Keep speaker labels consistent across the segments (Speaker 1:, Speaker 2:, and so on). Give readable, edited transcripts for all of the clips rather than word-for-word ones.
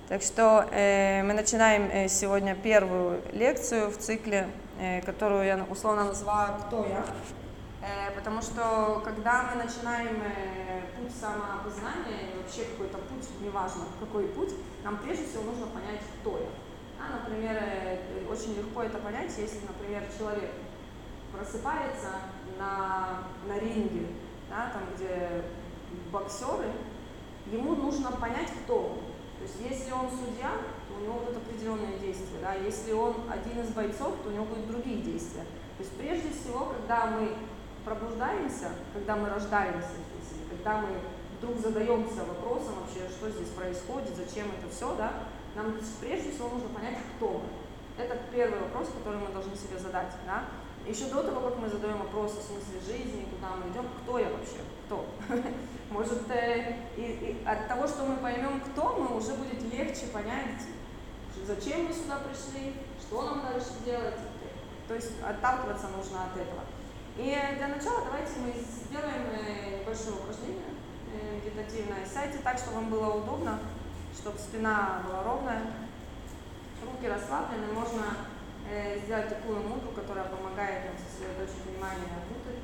Speaker 1: Так что мы начинаем сегодня первую лекцию в цикле, которую я условно назвала «Кто я?». Потому что когда мы начинаем путь самоопознания, и вообще какой-то путь, неважно какой путь, нам прежде всего нужно понять, кто я. Например, очень легко это понять, если, например, человек просыпается на ринге, да, там, где боксеры, ему нужно понять, кто он. То есть если он судья, то у него будут определенные действия. Да? Если он один из бойцов, то у него будут другие действия. То есть прежде всего, когда мы пробуждаемся, когда мы рождаемся здесь, когда мы вдруг задаемся вопросом вообще, что здесь происходит, зачем это все, да, нам прежде всего нужно понять, кто мы. Это первый вопрос, который мы должны себе задать. Да? Еще до того, как мы задаем вопрос о смысле жизни, куда мы идем, кто я вообще, кто? Может, и от того, что мы поймем, кто мы, уже будет легче понять, зачем мы сюда пришли, что нам дальше делать. То есть отталкиваться нужно от этого. И для начала давайте мы сделаем небольшое упражнение медитативное. Сядьте так, чтобы вам было удобно, чтобы спина была ровная, руки расслаблены. Можно сделать такую мудру, которая помогает нам сосредоточить внимание внутрь.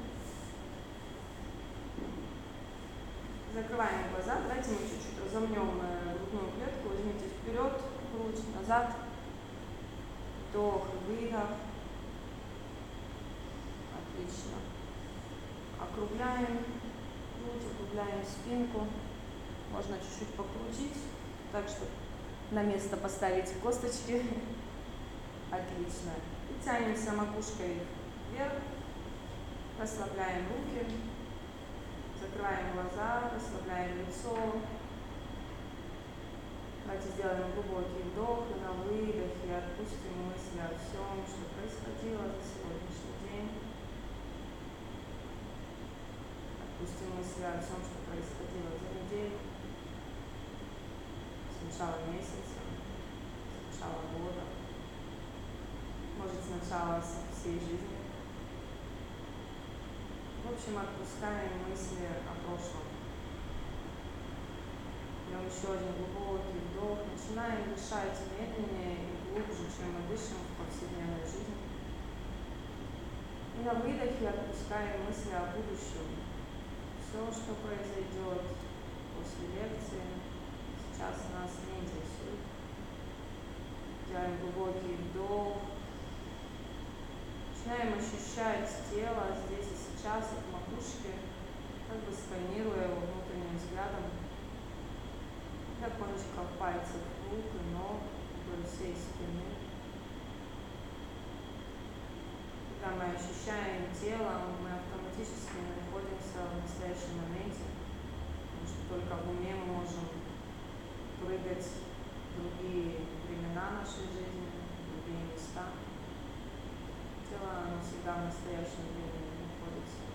Speaker 1: Закрываем глаза. Давайте мы чуть-чуть разомнем грудную клетку. Возьмите вперед, грудь, назад. Вдох, выдох. Отлично. Округляем грудь, округляем спинку. Можно чуть-чуть покрутить, так, чтобы на место поставить косточки. Отлично. И тянемся макушкой вверх. Расслабляем руки. Закрываем глаза, расслабляем лицо. Давайте сделаем глубокий вдох и на выдохе отпустим мысли о всем, что происходило за сегодняшний день. Отпустим мысли о всем, что происходило за неделю, с начала месяца, с начала года, может, с начала всей жизни. В общем, отпускаем мысли о прошлом. Берем еще один глубокий вдох. Начинаем дышать медленнее и глубже, чем мы дышим в повседневной жизни. И на выдохе отпускаем мысли о будущем. Все, что произойдет после лекции, сейчас нас не интересует. Делаем глубокий вдох. Начинаем ощущать тело здесь и сейчас от макушки, как бы сканируя его внутренним взглядом до кончиков пальцев рук и ног, вдоль всей спины. Когда мы ощущаем тело, мы автоматически находимся в настоящем моменте, потому что только в уме мы можем прыгать в другие времена нашей жизни, в другие места. Тело, оно всегда в настоящем времени находится.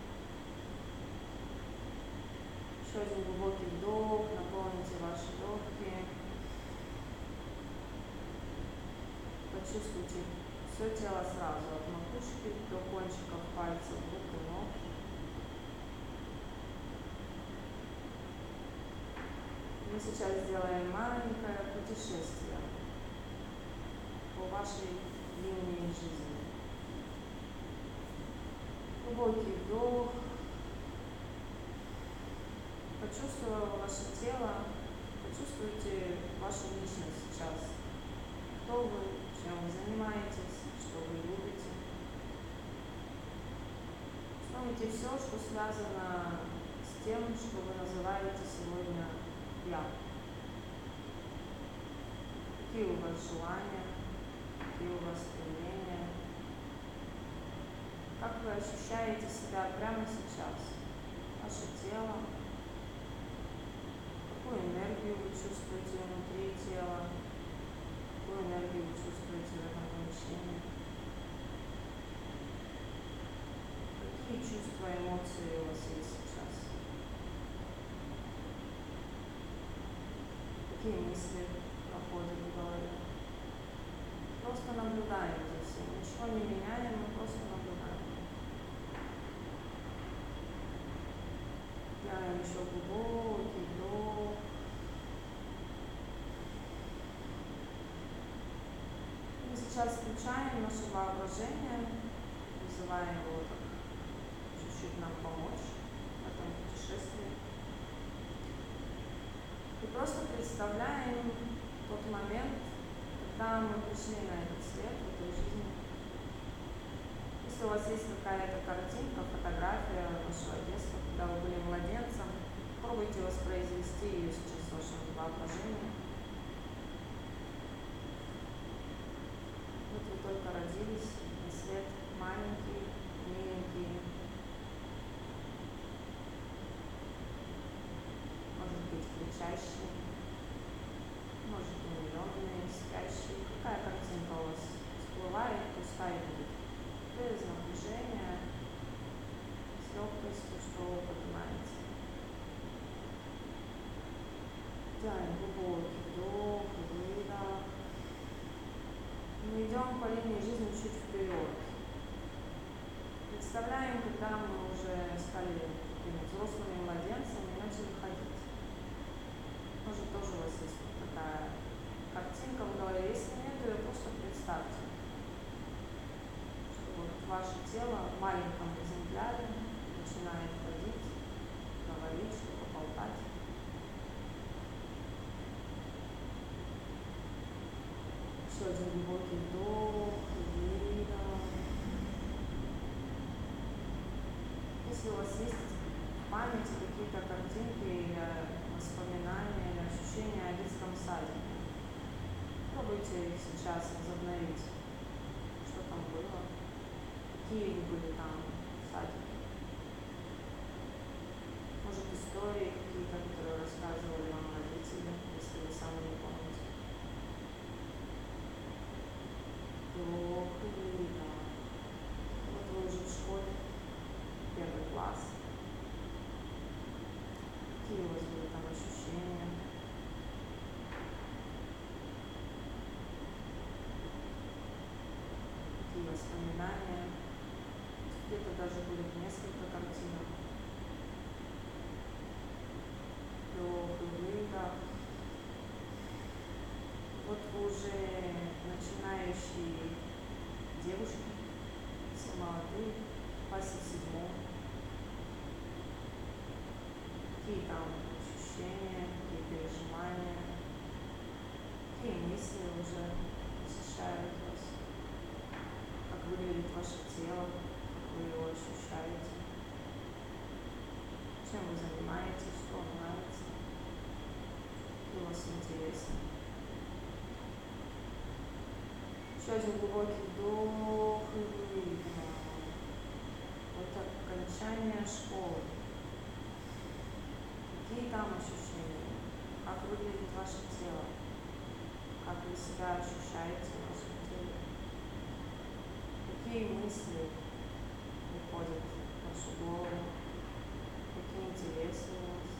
Speaker 1: Еще один глубокий вдох, наполните ваши легкие. Почувствуйте все тело сразу, от макушки до кончиков пальцев рук и ног. Мы сейчас сделаем маленькое путешествие по вашей линии жизни. Глубокий вдох. Почувствуйте ваше тело, почувствуйте вашу личность сейчас. Кто вы, чем вы занимаетесь, что вы любите. Вспомните все, что связано с тем, что вы называете сегодня «я». Какие у вас желания, какие у вас стремления. Как вы ощущаете себя прямо сейчас, ваше тело, какую энергию вы чувствуете внутри тела, какую энергию вы чувствуете в этом помещении, какие чувства, эмоции у вас есть сейчас, какие мысли проходят в голове. Просто наблюдаем за всем, ничего не меняем, мы просто наблюдаем. Делаем еще глубокий вдох. Сейчас включаем наше воображение, вызываем его так, чуть-чуть нам помочь в этом путешествии. И просто представляем тот момент, когда мы пришли на этот свет, в этой жизни. Если у вас есть какая-то картинка, фотография вашего детства, когда вы были младенцем, попробуйте воспроизвести ее сейчас в вашем воображении. Вот вы только родились на свет, маленький, миленький, может быть кричащий, может умиленный, спящий. Какая картинка у вас всплывает, пускай будет. Без напряжения, с легкостью, что поднимается. Делаем глубокий вдох и выдох. Мы идем по линии жизни чуть вперед. Представляем, когда мы уже стали такими взрослыми младенцами и начали ходить. Может, тоже у вас есть такая картинка в голове. Если нет, ее просто представьте. Что вот ваше тело в маленьком экземпляре начинает ходить, говорить, что-то болтать. Еще один глубокий вдох и выдох. Если у вас есть в памяти какие-то картинки или воспоминания или ощущения о детском садике, пробуйте их сейчас возобновить. Что там было? Какие вы были там в садике? Может, истории какие-то, которые рассказывали вам родители, если вы сами не помните. Вдох и выдох. Вот вы уже в школе, первый класс. Какие у вас были там ощущения? Какие воспоминания? Где-то даже будет несколько картинок. Вдох и выдох. Вот вы уже начинающие девушки, все молодые, в классе 7. Какие там ощущения, какие переживания, какие мысли уже посещают вас, как выглядит ваше тело, как вы его ощущаете, чем вы занимаетесь, что вам нравится, какие у вас интересы. Еще один глубокий вдох и выдох. Это окончание школы. Какие там ощущения? Как выглядит ваше тело? Как вы себя ощущаете в вашем теле? Какие мысли приходят в вашу голову? Какие интересы у вас?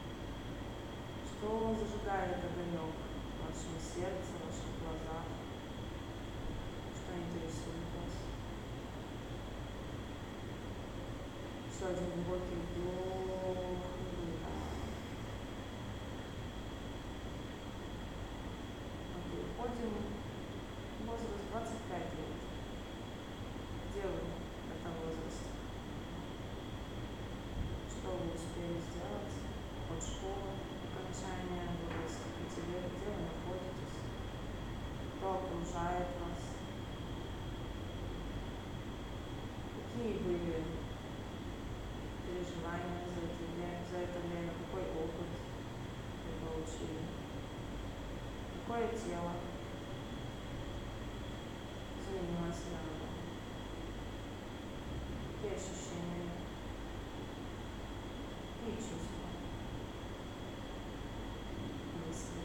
Speaker 1: Что зажигает огонек в вашем сердце, в ваших глазах? Что интересует вас? Еще один глубокий вдох и выдох. Мы переходим в возраст 25 лет. Где вы в этом возрасте? Что вы успели сделать от школы, окончания возраста 5 лет? Где вы находитесь? Кто окружает вас? Какие были переживания за это время? Какой опыт вы получили? Какое тело изменилось на новое? Какие ощущения? Какие чувства? Мысли?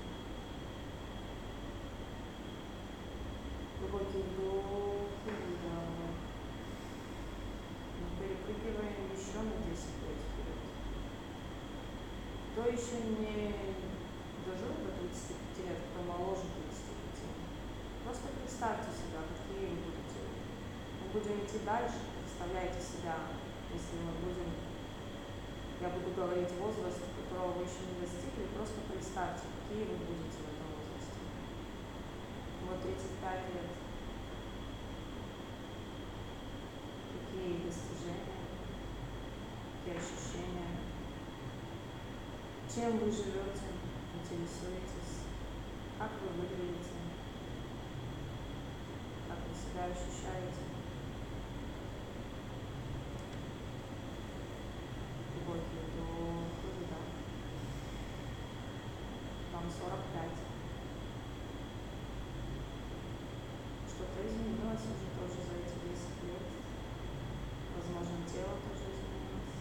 Speaker 1: Глубокий вдох и выдох. Мы перепрыгиваем еще на 10 лет вперед. Кто еще не дожил до 35 лет, кто моложе 35, просто представьте себя, какие вы будете. Мы будем идти дальше, представляйте себя, если я буду говорить возраст, которого вы еще не достигли, просто представьте, какие вы будете в этом возрасте. Вот 35 лет, какие достижения, какие ощущения, чем вы живете, интересуетесь, как вы выглядите, как вы себя ощущаете. Глубокий вдох и выдох. Вам 45. Что-то изменилось уже тоже за эти 10 лет. Возможно, тело тоже изменилось.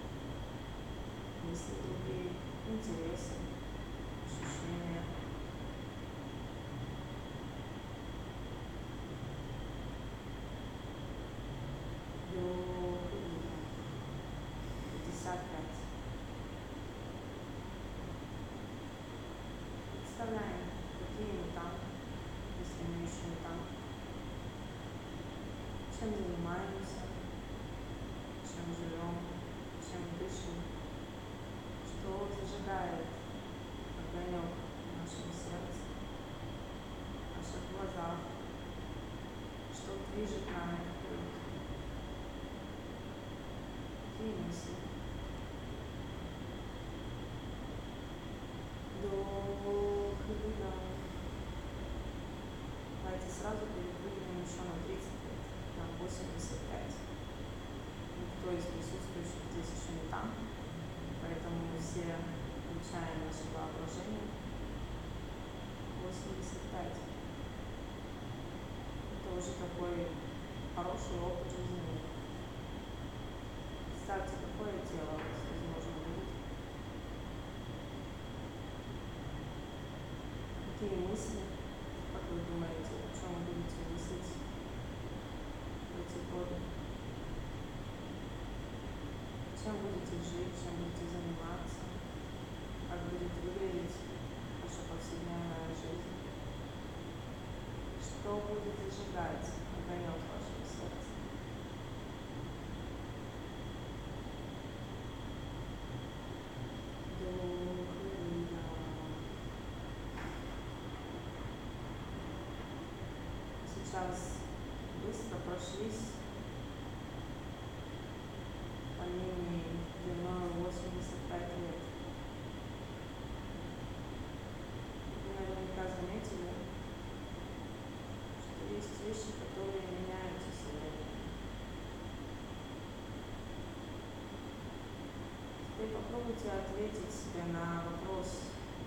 Speaker 1: Мысли другие, интересы, ощущения. Вдох и выдох. 55. Представляем, какие мы там, если мы еще не там. Чем занимаемся, чем живем, чем дышим, что зажигает огонек в нашем сердце, в наших глазах, что движет нами вперед. Какие мысли? Вдох и выдох. Давайте сразу перепрыгнем еще на 30 лет, на 85. Никто из присутствующих здесь еще не там, поэтому мы все включаем наше воображение. 85. Это уже такой хороший опыт жизни. Представьте, какое тело у вас, возможно, будет. Какие мысли, как вы думаете, о чем вы будете мыслить в эти годы? Чем будете жить, чем будете заниматься, как будет выглядеть ваша повседневная жизнь, что будет зажигать огонек вашего сердца. Вдох и выдох. Сейчас быстро прошлись по линии длиной 85 лет. Вы наверняка заметили, что есть вещи, которые меняются со временем. Теперь попробуйте ответить себе на вопрос,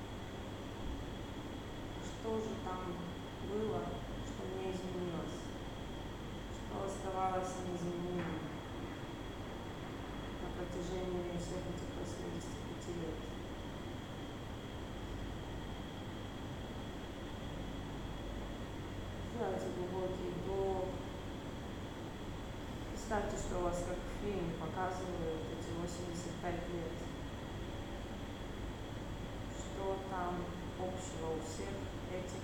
Speaker 1: что же там было, что не изменилось, что оставалось неизмененным на протяжении всех этих 85 лет. Сделайте глубокий вдох. Представьте, что у вас как в фильме показывают эти 85 лет. Что там общего у всех этих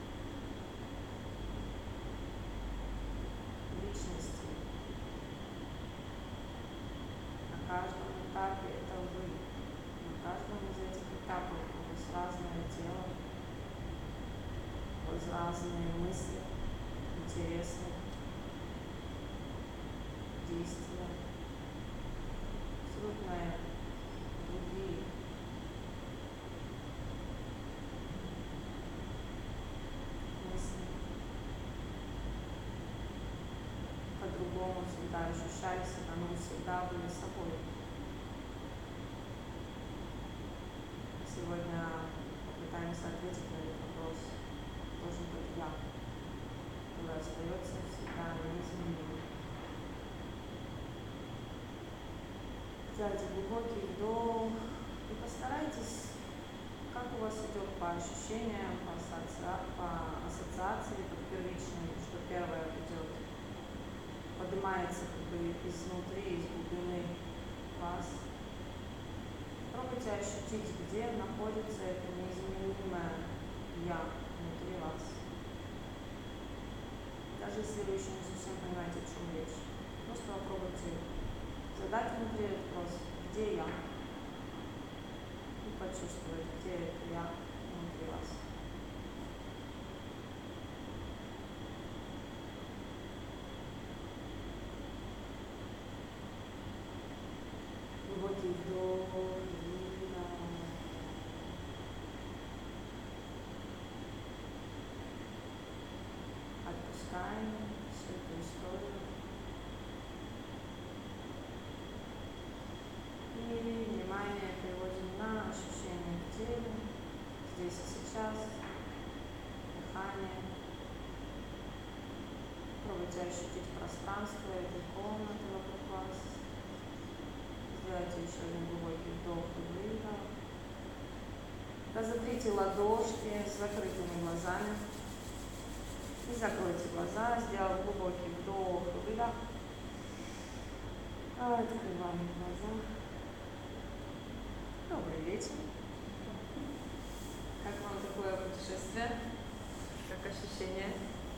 Speaker 1: личностей. На каждом этапе это вы. На каждом из этих этапов у вас разное тело, у вас разные мысли, интересы, действия, абсолютно другие. Мысли. По-другому всегда ощущали себя, но всегда были собой. Сегодня попытаемся ответить на этот вопрос. Должен быть я, который остается всегда неизменным. Сделайте глубокий вдох и постарайтесь, как у вас идет по ощущениям, по ассоциации, по первичной, что первое идет, поднимается как бы изнутри, из глубины вас. Пробуйте ощутить, где находится это неизменимое я внутри вас. Даже если вы еще не совсем понимаете, о чем речь, просто попробуйте задать внутри этот вопрос, где я, и почувствовать, где это я внутри вас. отпускаем всю эту историю. И внимание переводим на ощущения в теле, здесь и сейчас, дыхание. Пробуйте ощутить пространство этой комнаты вокруг вас. Сделайте еще один глубокий вдох и выдох. Разотрите ладошки с закрытыми глазами. И закройте глаза, сделав глубокий вдох и выдох. Открываем глаза. Добрый вечер. Как вам такое путешествие? Как ощущения?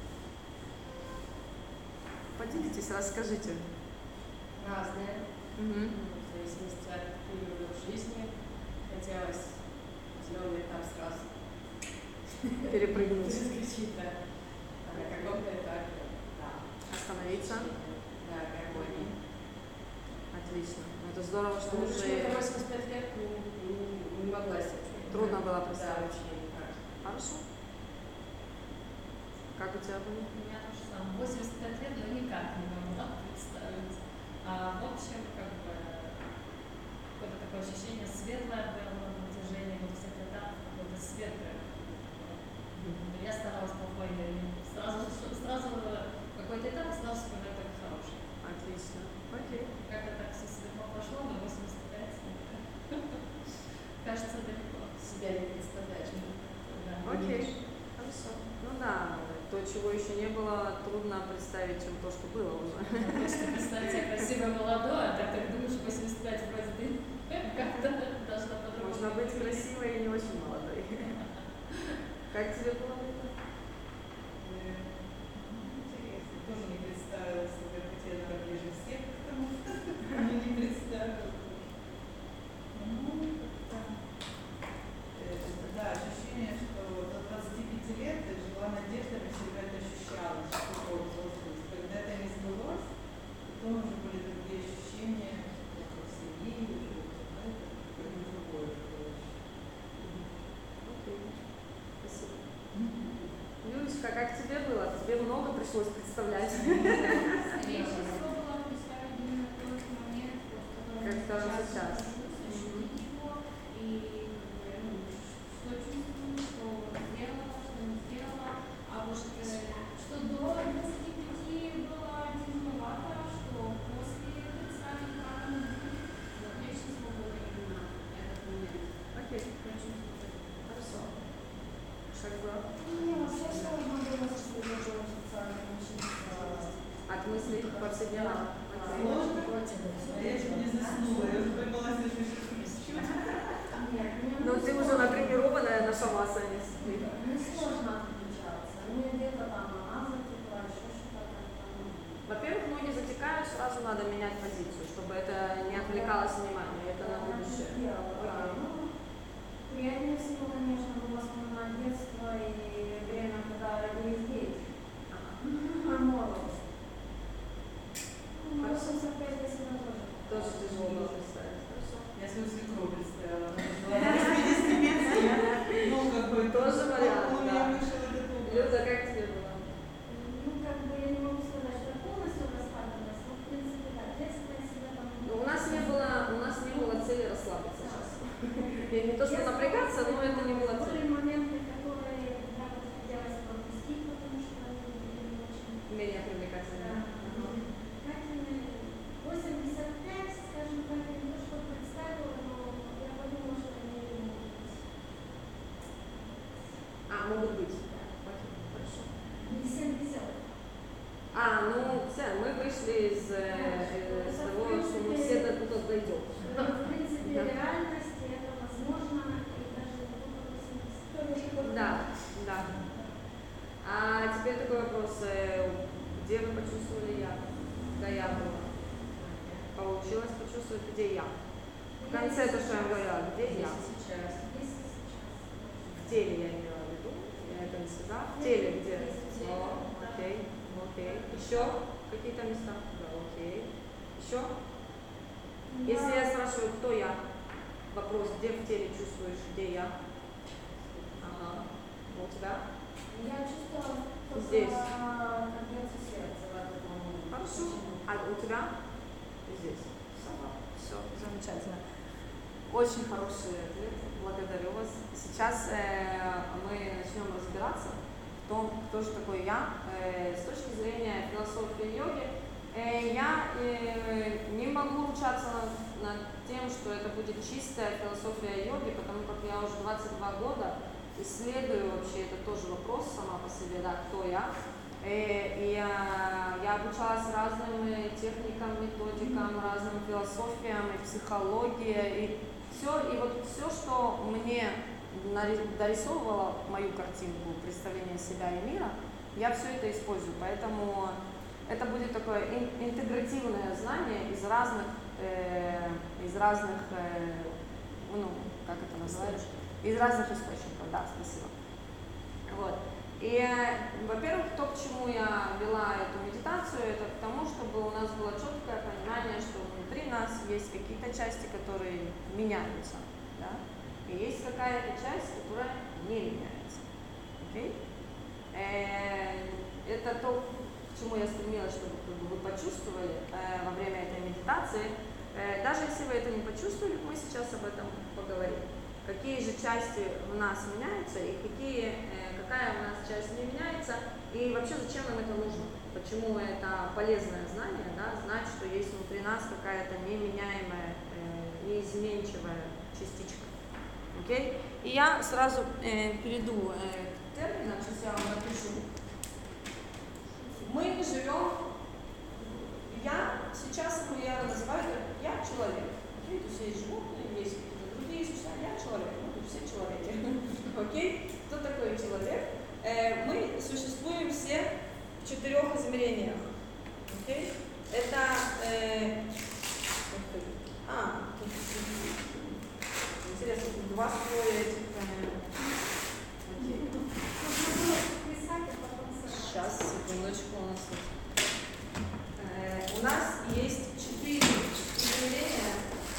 Speaker 1: Поделитесь, расскажите.
Speaker 2: Разные. В зависимости от периода в жизни. Хотелось определенный этап сразу
Speaker 1: Перепрыгнуть.
Speaker 2: перескочить, да. А на каком-то этапе, да.
Speaker 1: Остановиться.
Speaker 2: Да, гармонии.
Speaker 1: Отлично. Это здорово, что
Speaker 2: Потому что
Speaker 1: уже
Speaker 2: я 85 лет не могла себе чувствовать.
Speaker 1: трудно было
Speaker 2: Да,
Speaker 1: представить.
Speaker 2: очень никак.
Speaker 1: Хорошо. Как у тебя было?
Speaker 3: У меня тоже самое. 85 лет, но никак не могла представить. В общем, как бы, какое-то такое ощущение светлое было на протяжении вот всех этапов, какое-то светлое. Я старалась спокойно, сразу какой-то этап, сразу вспоминать только хороший.
Speaker 1: Отлично. Окей.
Speaker 3: Как-то так все светло прошло, но 85 кажется далеко.
Speaker 2: Себя не представляешь.
Speaker 3: Да.
Speaker 1: Окей. Хорошо. Ну да, то, чего еще не было, трудно представить, чем то, что было уже.
Speaker 3: Просто представить себя красивой молодой, а так думаешь, 85 вроде бы как-то должна по-другому.
Speaker 1: Можно быть красивой и не очень молодой. Как тебе было это?
Speaker 4: Интересно. Тоже не представила себе, хотя я поближе всех к тому, но не представила. Ну, как-то, да, ощущение, что до 25 лет жила надеждами, всегда это ощущала, что такое взрослость. Когда это не сбылось, потом уже были другие ощущения, как в семье, уже как-то другое было.
Speaker 1: Окей. Спасибо. Юлечка, как тебе было? Тебе много пришлось представлять?
Speaker 5: Скорее всего, было представить именно тот момент, в
Speaker 1: Как
Speaker 5: котором я
Speaker 1: сейчас.
Speaker 5: нахожусь, ощутить его и что чувствую, что сделала, что не сделала. А вот что до 25 было тяжеловато, что после представить, как оно будет. Но прежде всего было именно этот момент.
Speaker 1: Окей.
Speaker 5: Прочувствовать.
Speaker 1: Хорошо. Как было?
Speaker 6: Мне вообще сложно было сосредоточиться социальном обществе.
Speaker 1: От мыслей повседневно. Окей.
Speaker 4: Сложно? А я чуть не заснула, я уже поймала себе чуть-чуть.
Speaker 6: Нет, мне
Speaker 1: Но ты уже натренированная на шавасане.
Speaker 6: не сложно отключаться. Мне где-то там она затекла, еще что-то как-то.
Speaker 1: Во-первых, ноги затекают, сразу надо менять позицию, чтобы это не отвлекалось внимание. Это на будущее. Окей.
Speaker 6: Приятнее всего, конечно, было вспоминать детство и время, когда родились дети.
Speaker 1: Ага.
Speaker 6: Молодость. Ну, 85 я себя тоже.
Speaker 1: Тоже тяжело было представить. Хорошо.
Speaker 4: Я свою свекровь представила, она жила на 80 ну, как бы,
Speaker 1: Тоже вариант,
Speaker 4: у меня
Speaker 1: да.
Speaker 4: вышел этот образ.
Speaker 1: Люда, как тебе было?
Speaker 6: Ну, как бы я не могу сказать, что я полностью раскладывалась, но, в принципе, да, детство я себя там...
Speaker 1: Ну, у нас не было цели расслабиться сейчас. И не то, что напрягаться, но это не было
Speaker 6: Были
Speaker 1: целью.
Speaker 6: моменты, которые я вот хотелось пропустить, потому что они были очень...
Speaker 1: Менее привлекательно.
Speaker 6: Да. 85, скажем так, я не то, что представила, но я подумала, что они не могут быть.
Speaker 1: Могут быть. Окей, хорошо.
Speaker 6: Не 70.
Speaker 1: Ну, все, мы вышли из того, что мы все до туда дойдем.
Speaker 6: В принципе, реальность, это возможно, и даже до 80.
Speaker 1: Да, да. А теперь такой вопрос. Где вы почувствовали я? Когда я была? Получилось почувствовать, где я? В конце то, что я говорила, где я?
Speaker 2: Сейчас.
Speaker 1: В теле я имела в виду, я это не сказала. В теле где? Окей, окей. Еще какие-то места? Да, окей. Еще? Если я спрашиваю, кто я? Вопрос, где в теле чувствуешь, где я? Ага. У тебя?
Speaker 6: Я чувствовала,
Speaker 1: Здесь.
Speaker 6: когда
Speaker 1: Очень хороший ответ, благодарю вас. Сейчас мы начнем разбираться в том, кто же такой я. С точки зрения философии йоги, я не могу ручаться над тем, что это будет чистая философия йоги, потому как я уже 22 года исследую вообще, это тоже вопрос сама по себе, да, кто я. И я обучалась разным техникам, методикам, разным философиям, и психологии, и вот все, что мне дорисовывало мою картинку представления себя и мира, я все это использую. Поэтому это будет такое интегративное знание из разных, ну, как это называется? Из разных источников, да, спасибо. Вот. И, во-первых, то, к чему я вела эту медитацию, это к тому, чтобы у нас было четкое понимание, что внутри нас есть какие-то части, которые меняются, да? И есть какая-то часть, которая не меняется. Okay? Это то, к чему я стремилась, чтобы вы почувствовали во время этой медитации. Даже если вы это не почувствовали, мы сейчас об этом поговорим. Какие же части в нас меняются и какая у нас часть не меняется, и вообще зачем нам это нужно, почему это полезное знание, да, знать, что есть внутри нас какая-то неменяемая, неизменчивая частичка. Okay? И я сразу перейду к терминам, сейчас я вам напишу. Мы живем, сейчас я называю это я человек. Okay? То есть есть животные, есть какие-то другие существа, я человек, мы все человеки. Okay? Кто такой человек? Мы существуем все в 4 измерениях. Okay? Это интересно, тут 2 слоя этих. Сейчас, секундочку, у нас есть 4 измерения.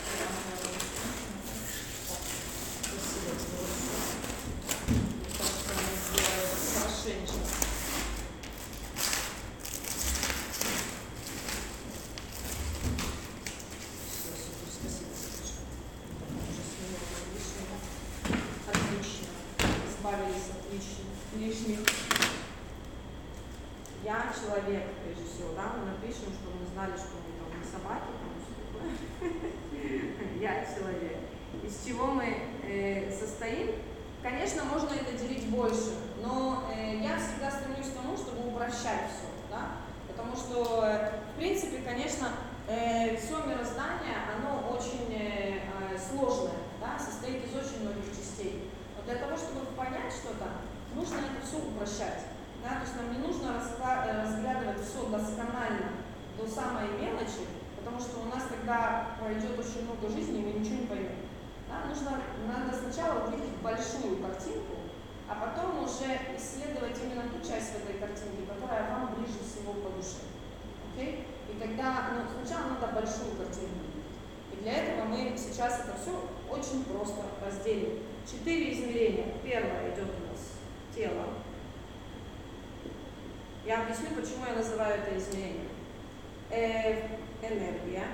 Speaker 1: Лишних. Я человек, прежде всего, да, мы напишем, чтобы мы знали, что мы там не собаки, потому что я человек. Из чего мы состоим? Конечно, можно это делить больше, но я всегда стремлюсь к тому, чтобы упрощать все, да, потому что, в принципе, конечно, все мироздание, оно очень сложное, да, состоит из очень многих частей. Но для того, чтобы понять что-то, нужно это все упрощать. Да? То есть нам не нужно разглядывать все досконально до самой мелочи, потому что у нас тогда пройдет очень много жизни, и мы ничего не поймем. Да? Надо сначала увидеть большую картинку, а потом уже исследовать именно ту часть в этой картинке, которая вам ближе всего по душе. Okay? И тогда сначала надо большую картинку видеть. И для этого мы сейчас это все очень просто разделим. 4 измерения. Первое идет у нас тело. Я объясню, почему я называю это измерение. Энергия.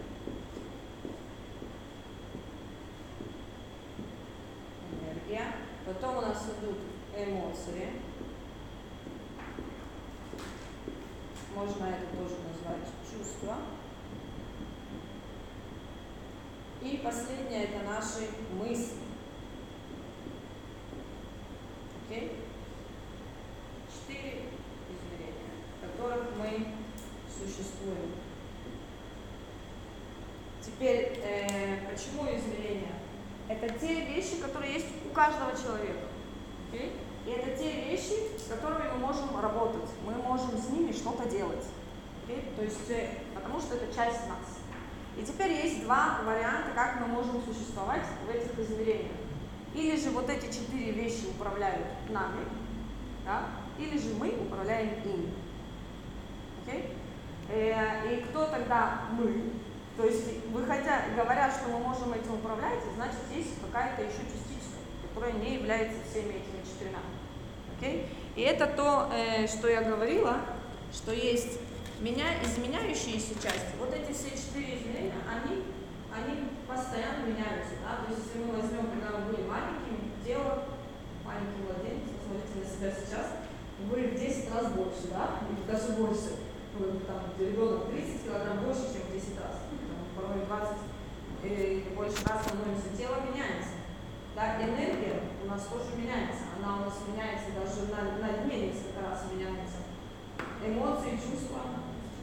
Speaker 1: Потом у нас идут эмоции. Можно это тоже назвать чувства. И последнее — это наши мысли. Окей? 4 измерения, в которых мы существуем. Теперь, почему измерения? Это те вещи, которые есть у каждого человека. Okay? И это те вещи, с которыми мы можем работать. Мы можем с ними что-то делать. Okay? То есть, потому что это часть нас. И теперь есть 2 варианта, как мы можем существовать в этих измерениях. Или же вот эти 4 вещи управляют нами, да? Или же мы управляем ими. Okay? И кто тогда мы? То есть, говоря, что мы можем этим управлять, значит, есть какая-то еще частичка, которая не является всеми этими 4. Okay? И это то, что я говорила, что есть изменяющиеся части. Вот эти все 4 измерения, они постоянно меняются, да, то есть если мы возьмем, когда мы были маленькими, тело, маленький младенец, посмотрите на себя сейчас, вы в 10 раз больше, да, или даже больше, там, ребенок 30 килограмм больше, чем в 10 раз, там, порой 20 или больше раз становится, тело меняется, да, энергия у нас тоже меняется, она у нас меняется даже на дне несколько раз меняется, эмоции, чувства,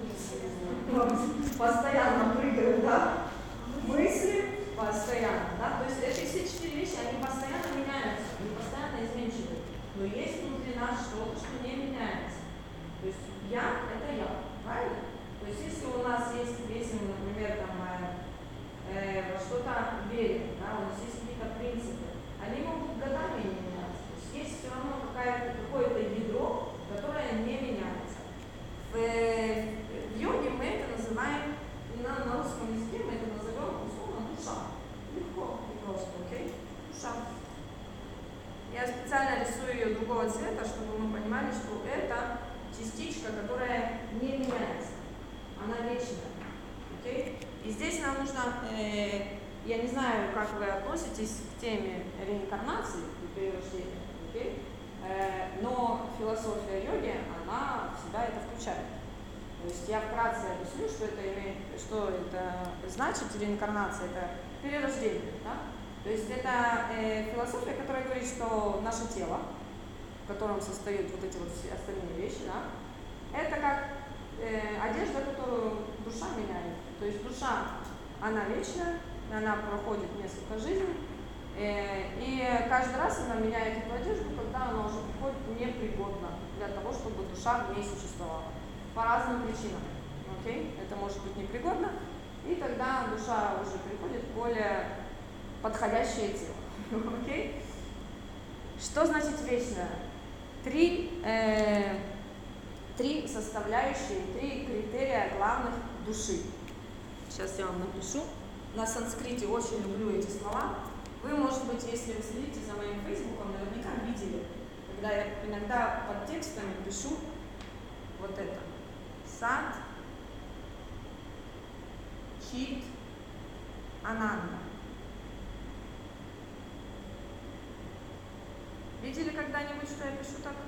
Speaker 1: постоянно прыгают, да, мысли постоянно, да, то есть эти все 4 вещи, они постоянно меняются, они постоянно изменчивы, но есть внутри нас что-то, что не меняется, то есть я – это я, правильно? То есть если у нас есть, если мы, например, там, во что-то верим, да, у нас есть какие-то принципы, они могут годами не меняться, то есть все равно какое-то ядро, которое не меняется. В йоге мы это называем, на русском языке мы это назовем условно душа. Легко и просто, окей? Душа. Я специально рисую ее другого цвета, чтобы мы понимали, что это частичка, которая не меняется. Она вечная. Окей? И здесь нам нужно, я не знаю, как вы относитесь к теме реинкарнации и перерождения, окей? Но философия йоги, она всегда это включает. То есть я вкратце объясню, что это значит реинкарнация, это перерождение. Да? То есть это философия, которая говорит, что наше тело, в котором состоят вот эти вот все остальные вещи, да, это как одежда, которую душа меняет. То есть душа, она вечная, она проходит несколько жизней, и каждый раз она меняет эту одежду, когда она уже приходит непригодна для того, чтобы душа в ней существовала. По разным причинам. Okay? Это может быть непригодно, и тогда душа уже приходит в более подходящее тело. Okay? Что значит вечное? Три составляющие, 3 критерия главных души. Сейчас я вам напишу. На санскрите очень люблю эти слова. Вы, может быть, если вы следите за моим фейсбуком, наверняка видели, когда я иногда под текстами пишу вот это. Сат, Чит, Ананда. Видели когда-нибудь, что я пишу так?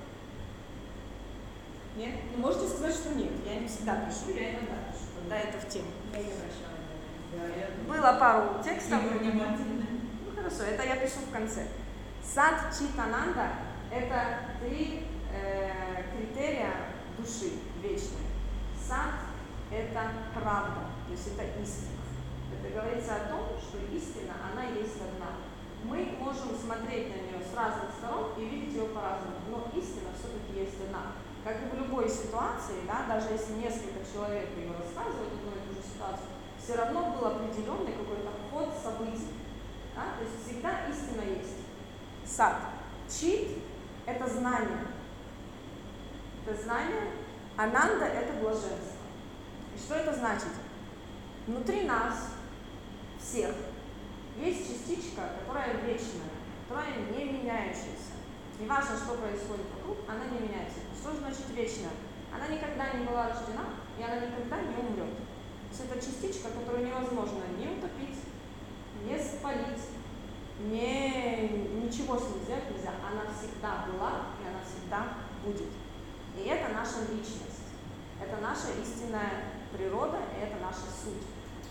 Speaker 1: Нет? Ну, можете сказать, что нет. Я не всегда пишу, я иногда пишу, когда это в тему.
Speaker 4: Я не обращала внимания.
Speaker 1: Было пару текстов.
Speaker 4: Внимательно.
Speaker 1: Ну хорошо, это я пишу в конце. Сат, Чит, Ананда – это 3 критерия души вечной. Сат – это правда, то есть это истина. Это говорится о том, что истина, она есть одна. Мы можем смотреть на нее с разных сторон и видеть ее по-разному, но истина все-таки есть одна. Как и в любой ситуации, да, даже если несколько человек ее рассказывают, одну и ту же ситуацию, все равно был определенный какой-то ход событий. Да? То есть всегда истина есть. Сат. Чит – это знание. Это знание. Ананда – это блаженство. И что это значит? Внутри нас, всех, есть частичка, которая вечная, которая не меняющаяся. Неважно, что происходит вокруг, она не меняется. Что значит вечная? Она никогда не была рождена, и она никогда не умрет. То есть это частичка, которую невозможно не утопить, не спалить, ничего с ней сделать нельзя. Она всегда была, и она всегда будет. И это наша личность. Это наша истинная природа, и это наша суть.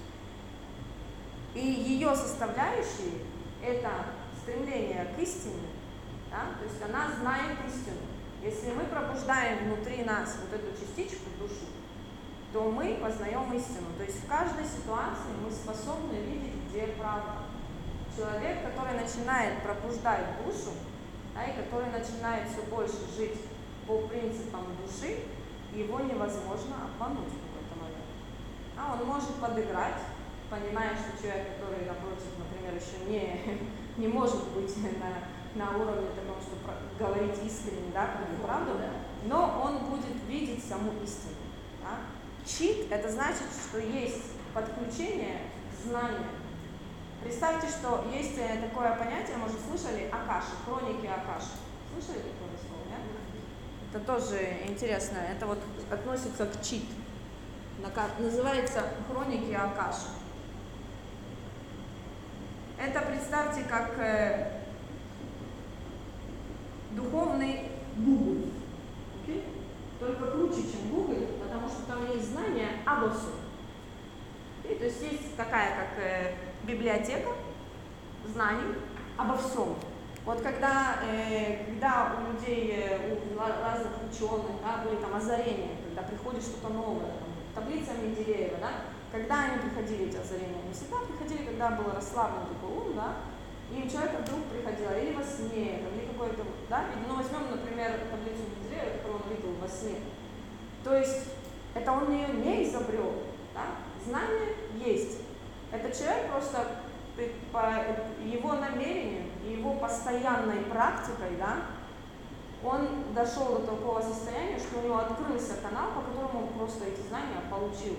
Speaker 1: И ее составляющие – это стремление к истине, да? То есть она знает истину. Если мы пробуждаем внутри нас вот эту частичку, душу, то мы познаем истину. То есть в каждой ситуации мы способны видеть, где правда. Человек, который начинает пробуждать душу, да, и который начинает все больше жить по принципам души, его невозможно обмануть в какой-то момент. А он может подыграть, понимая, что человек, который напротив, например, еще не может быть на уровне таком, что говорить искренне, да, правду, но он будет видеть саму истину. Да? Чит – это значит, что есть подключение к знанию. Представьте, что есть такое понятие, может, слышали, Акаши, хроники Акаши. Слышали такое слово, нет? Это тоже интересно, это вот относится к чит. Называется хроники Акаши. Это представьте как духовный Google. Okay? Только круче, чем Google, потому что там есть знания обо всем. Okay? То есть есть такая как библиотека знаний обо всем. Вот когда у людей, у разных ученых, да, были там озарения, когда приходит что-то новое, таблица Менделеева, да, когда они приходили, эти озарения? Они всегда приходили, когда был расслаблен такой ум, да, и у человека вдруг приходило или во сне, или какой-то, да, ну возьмем, например, таблицу Менделеева, которую он видел во сне. То есть это он ее не изобрел, да, знание есть. Этот человек просто по его намерению и его постоянной практикой, да, он дошел до такого состояния, что у него открылся канал, по которому он просто эти знания получил.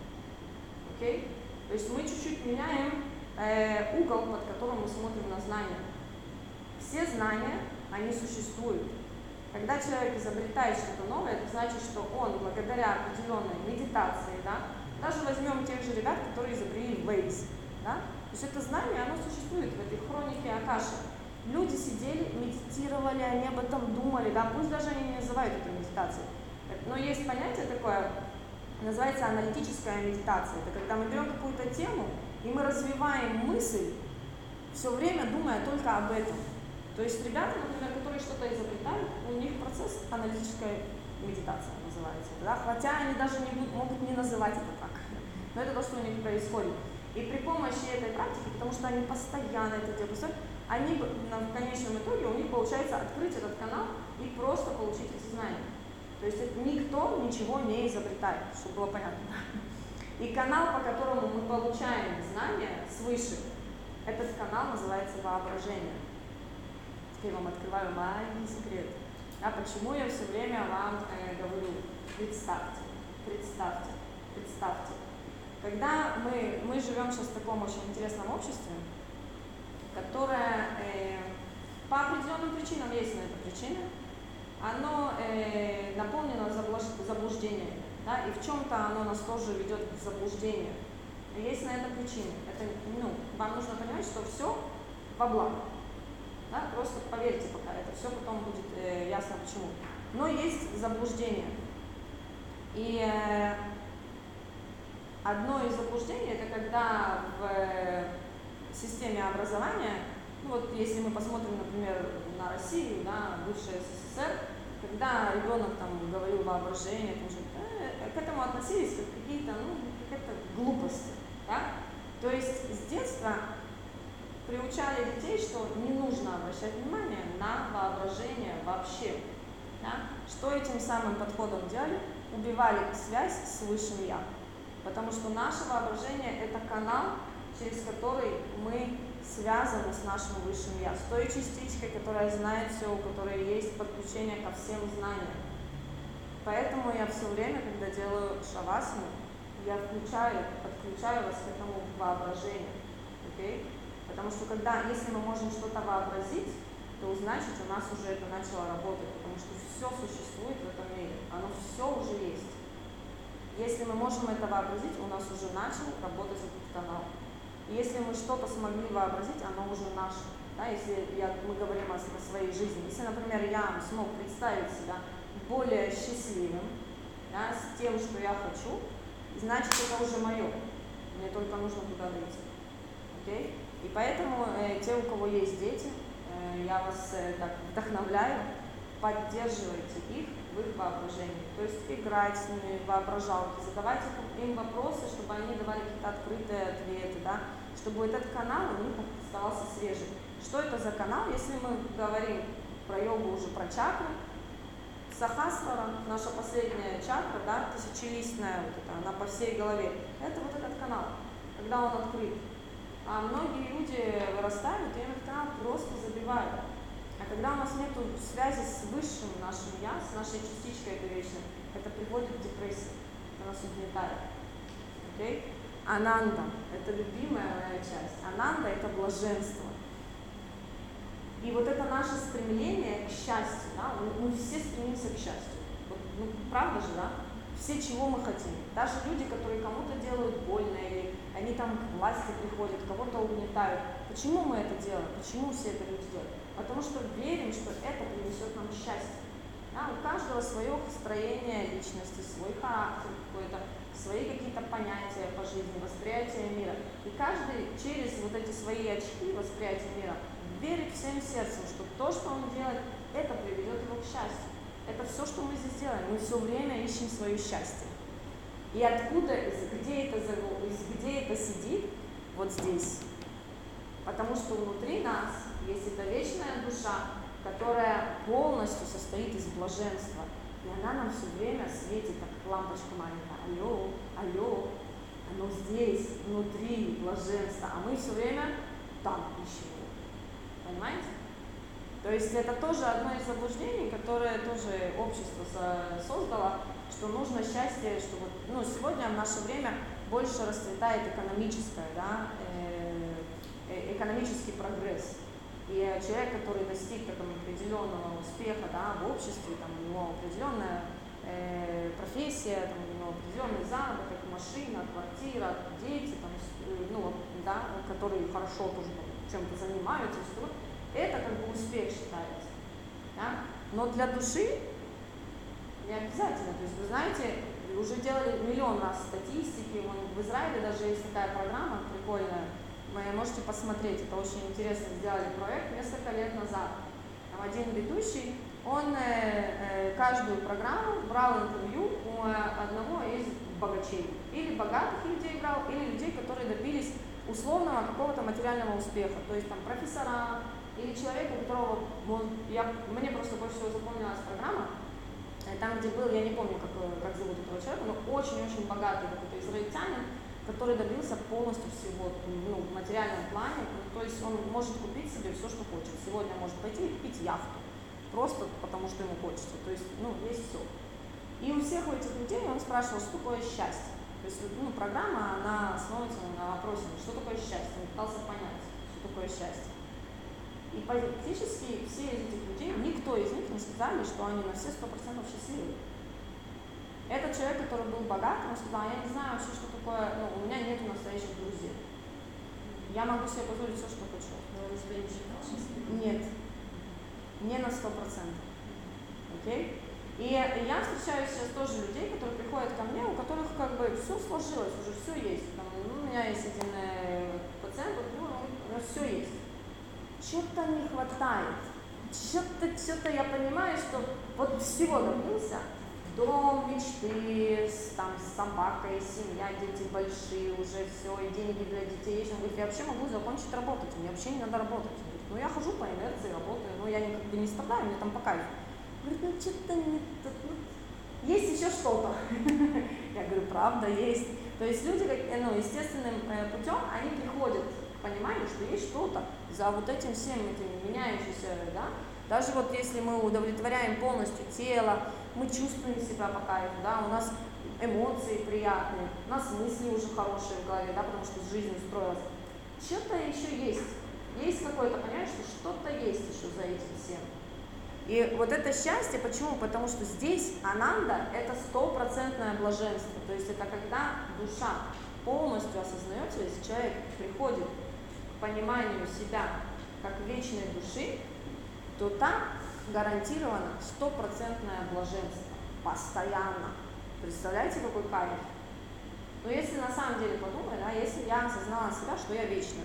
Speaker 1: Okay? То есть мы чуть-чуть меняем угол, под которым мы смотрим на знания. Все знания, они существуют. Когда человек изобретает что-то новое, это значит, что он благодаря определенной медитации, да, даже возьмем тех же ребят, которые изобрели Waze, да, то есть это знание, оно существует в этой хронике Акаши. Люди сидели, медитировали, они об этом думали, да, пусть даже они не называют это медитацией. Но есть понятие такое, называется аналитическая медитация. Это когда мы берем какую-то тему, и мы развиваем мысль, все время думая только об этом. То есть ребята, например, которые что-то изобретают, у них процесс аналитическая медитация называется. Да? Хотя они даже могут не называть это так. Но это то, что у них происходит. И при помощи этой практики, потому что они постоянно это делают, они в конечном итоге у них получается открыть этот канал и просто получить эти знания. То есть никто ничего не изобретает, чтобы было понятно. И канал, по которому мы получаем знания свыше, этот канал называется воображение. Теперь вам открываю маленький секрет. А почему я все время вам говорю, представьте, представьте, представьте. Когда мы живем сейчас в таком очень интересном обществе, которое по определенным причинам, есть на это причины, оно наполнено заблуждениями, да, и в чем-то оно нас тоже ведет к заблуждению. Есть на это причины. Это, вам нужно понимать, что все во благо. Да, просто поверьте пока, это все потом будет ясно почему. Но есть заблуждение. И одно из заблуждений, это когда в системе образования, ну вот если мы посмотрим, например, на Россию, да, бывший СССР, когда ребенок там говорил воображение, к этому относились как какие-то, какая-то глупости, да? То есть с детства приучали детей, что не нужно обращать внимание на воображение вообще, да? Что этим самым подходом делали? Убивали связь с высшим Я, потому что наше воображение это канал, через который мы связаны с нашим высшим Я, с той частичкой, которая знает все, у которой есть подключение ко всем знаниям. Поэтому я все время, когда делаю шавасану, я подключаю вас к этому воображению. Okay? Потому что если мы можем что-то вообразить, то значит у нас уже это начало работать, потому что все существует в этом мире, оно все уже есть. Если мы можем это вообразить, у нас уже начал работать этот канал. И если мы что-то смогли вообразить, оно уже наше. Да? Если мы говорим о своей жизни, если, например, я смог представить себя более счастливым, да, с тем, что я хочу, значит это уже мое. Мне только нужно туда дойти. Okay? И поэтому те, у кого есть дети, я вас так вдохновляю, поддерживайте их в их воображении. То есть играть с ними, воображалки, задавайте им вопросы, чтобы они давали какие-то открытые ответы, да? Чтобы этот канал у них оставался свежий. Что это за канал? Если мы говорим про йогу уже про чакры, Сахасрара, наша последняя чакра, да, тысячелистная, вот эта, она по всей голове, это вот этот канал, когда он открыт. А многие люди вырастают и этот канал просто забивают. А когда у нас нет связи с высшим нашим Я, с нашей частичкой этой вечной, это приводит к депрессии, это нас угнетает. Okay? Ананда – это любимая моя часть. Ананда – это блаженство. И вот это наше стремление к счастью, да? Мы все стремимся к счастью. Вот, правда же, да? Все, чего мы хотим. Даже люди, которые кому-то делают больно или они там к власти приходят, кого-то угнетают. Почему мы это делаем? Почему все это люди делают? Потому что верим, что это принесет нам счастье. Да? У каждого свое строение личности, свой характер какой-то, свои какие-то понятия по жизни, восприятие мира. И каждый через вот эти свои очки восприятия мира верит всем сердцем, что то, что он делает, это приведет его к счастью. Это все, что мы здесь делаем. Мы все время ищем свое счастье. И откуда, где это сидит? Вот здесь. Потому что внутри нас есть эта вечная душа, которая полностью состоит из блаженства. И она нам все время светит, как лампочка маленькая. Алло, алло, оно здесь, внутри блаженства. А мы все время там ищем его. Понимаете? То есть это тоже одно из заблуждений, которое тоже общество создало, что нужно счастье, что вот, сегодня в наше время больше расцветает экономическое, да, экономический прогресс. И человек, который достиг такого определенного успеха, да, в обществе, там, у него определенная профессия, там, у него определенный заработок, машина, квартира, дети, там, да, которые хорошо тоже чем-то занимаются, это как бы успех считается. Да? Но для души не обязательно. То есть вы знаете, уже делали миллион раз статистики, в Израиле даже есть такая программа прикольная, вы можете посмотреть, это очень интересно, сделали проект несколько лет назад. Там один ведущий, он каждую программу брал интервью у одного из богачей. Или богатых людей брал, или людей, которые добились условного какого-то материального успеха. То есть там профессора, или человек, у которого, мне просто больше всего запомнилась программа, там, где был, я не помню, как зовут этого человека, но очень-очень богатый какой-то израильтянин, который добился полностью всего в материальном плане, то есть он может купить себе все, что хочет. Сегодня может пойти и купить яхту, просто потому что ему хочется, то есть, есть все. И у всех этих людей он спрашивал, что такое счастье. То есть, программа, она основывается на вопросе, что такое счастье, он пытался понять, что такое счастье. И практически все из этих людей, никто из них не сказали, что они на все 100% счастливы. Этот человек, который был богат, он сказал, я не знаю вообще, что такое, у меня нет настоящих друзей. Я могу себе позволить все, что хочу.
Speaker 3: Но он себя не считал счастливым?
Speaker 1: Нет, не на 100%. Окей? И я встречаю сейчас тоже людей, которые приходят ко мне, у которых как бы все сложилось, уже все есть. Там, у меня есть один пациент, у него все есть. Что-то не хватает. Что-то я понимаю, что вот всего добился. Дом мечты, с собакой, семья, дети большие, уже все, и деньги для детей есть. Он говорит, я вообще могу закончить работать, мне вообще не надо работать. Он говорит, я хожу по инерции, работаю, я не страдаю, мне там по кайфу. Говорит, что-то не так, есть еще что-то. Я говорю, правда, есть. То есть люди, естественным путем, они приходят к пониманию, что есть что-то за вот этим всем этим меняющимся, да. Даже вот если мы удовлетворяем полностью тело, мы чувствуем себя по кайфу, да, у нас эмоции приятные, у нас мысли уже хорошие в голове, да, потому что жизнь устроилась. Что-то еще есть. Есть какое-то понятие, что что-то есть еще за этим всем. И вот это счастье, почему? Потому что здесь ананда – это 100% блаженство. То есть это когда душа полностью осознается, если человек приходит к пониманию себя как вечной души, то там гарантировано 100% блаженство. Постоянно. Представляете, какой кайф? Но если на самом деле подумать, да, если я осознала себя, что я вечная,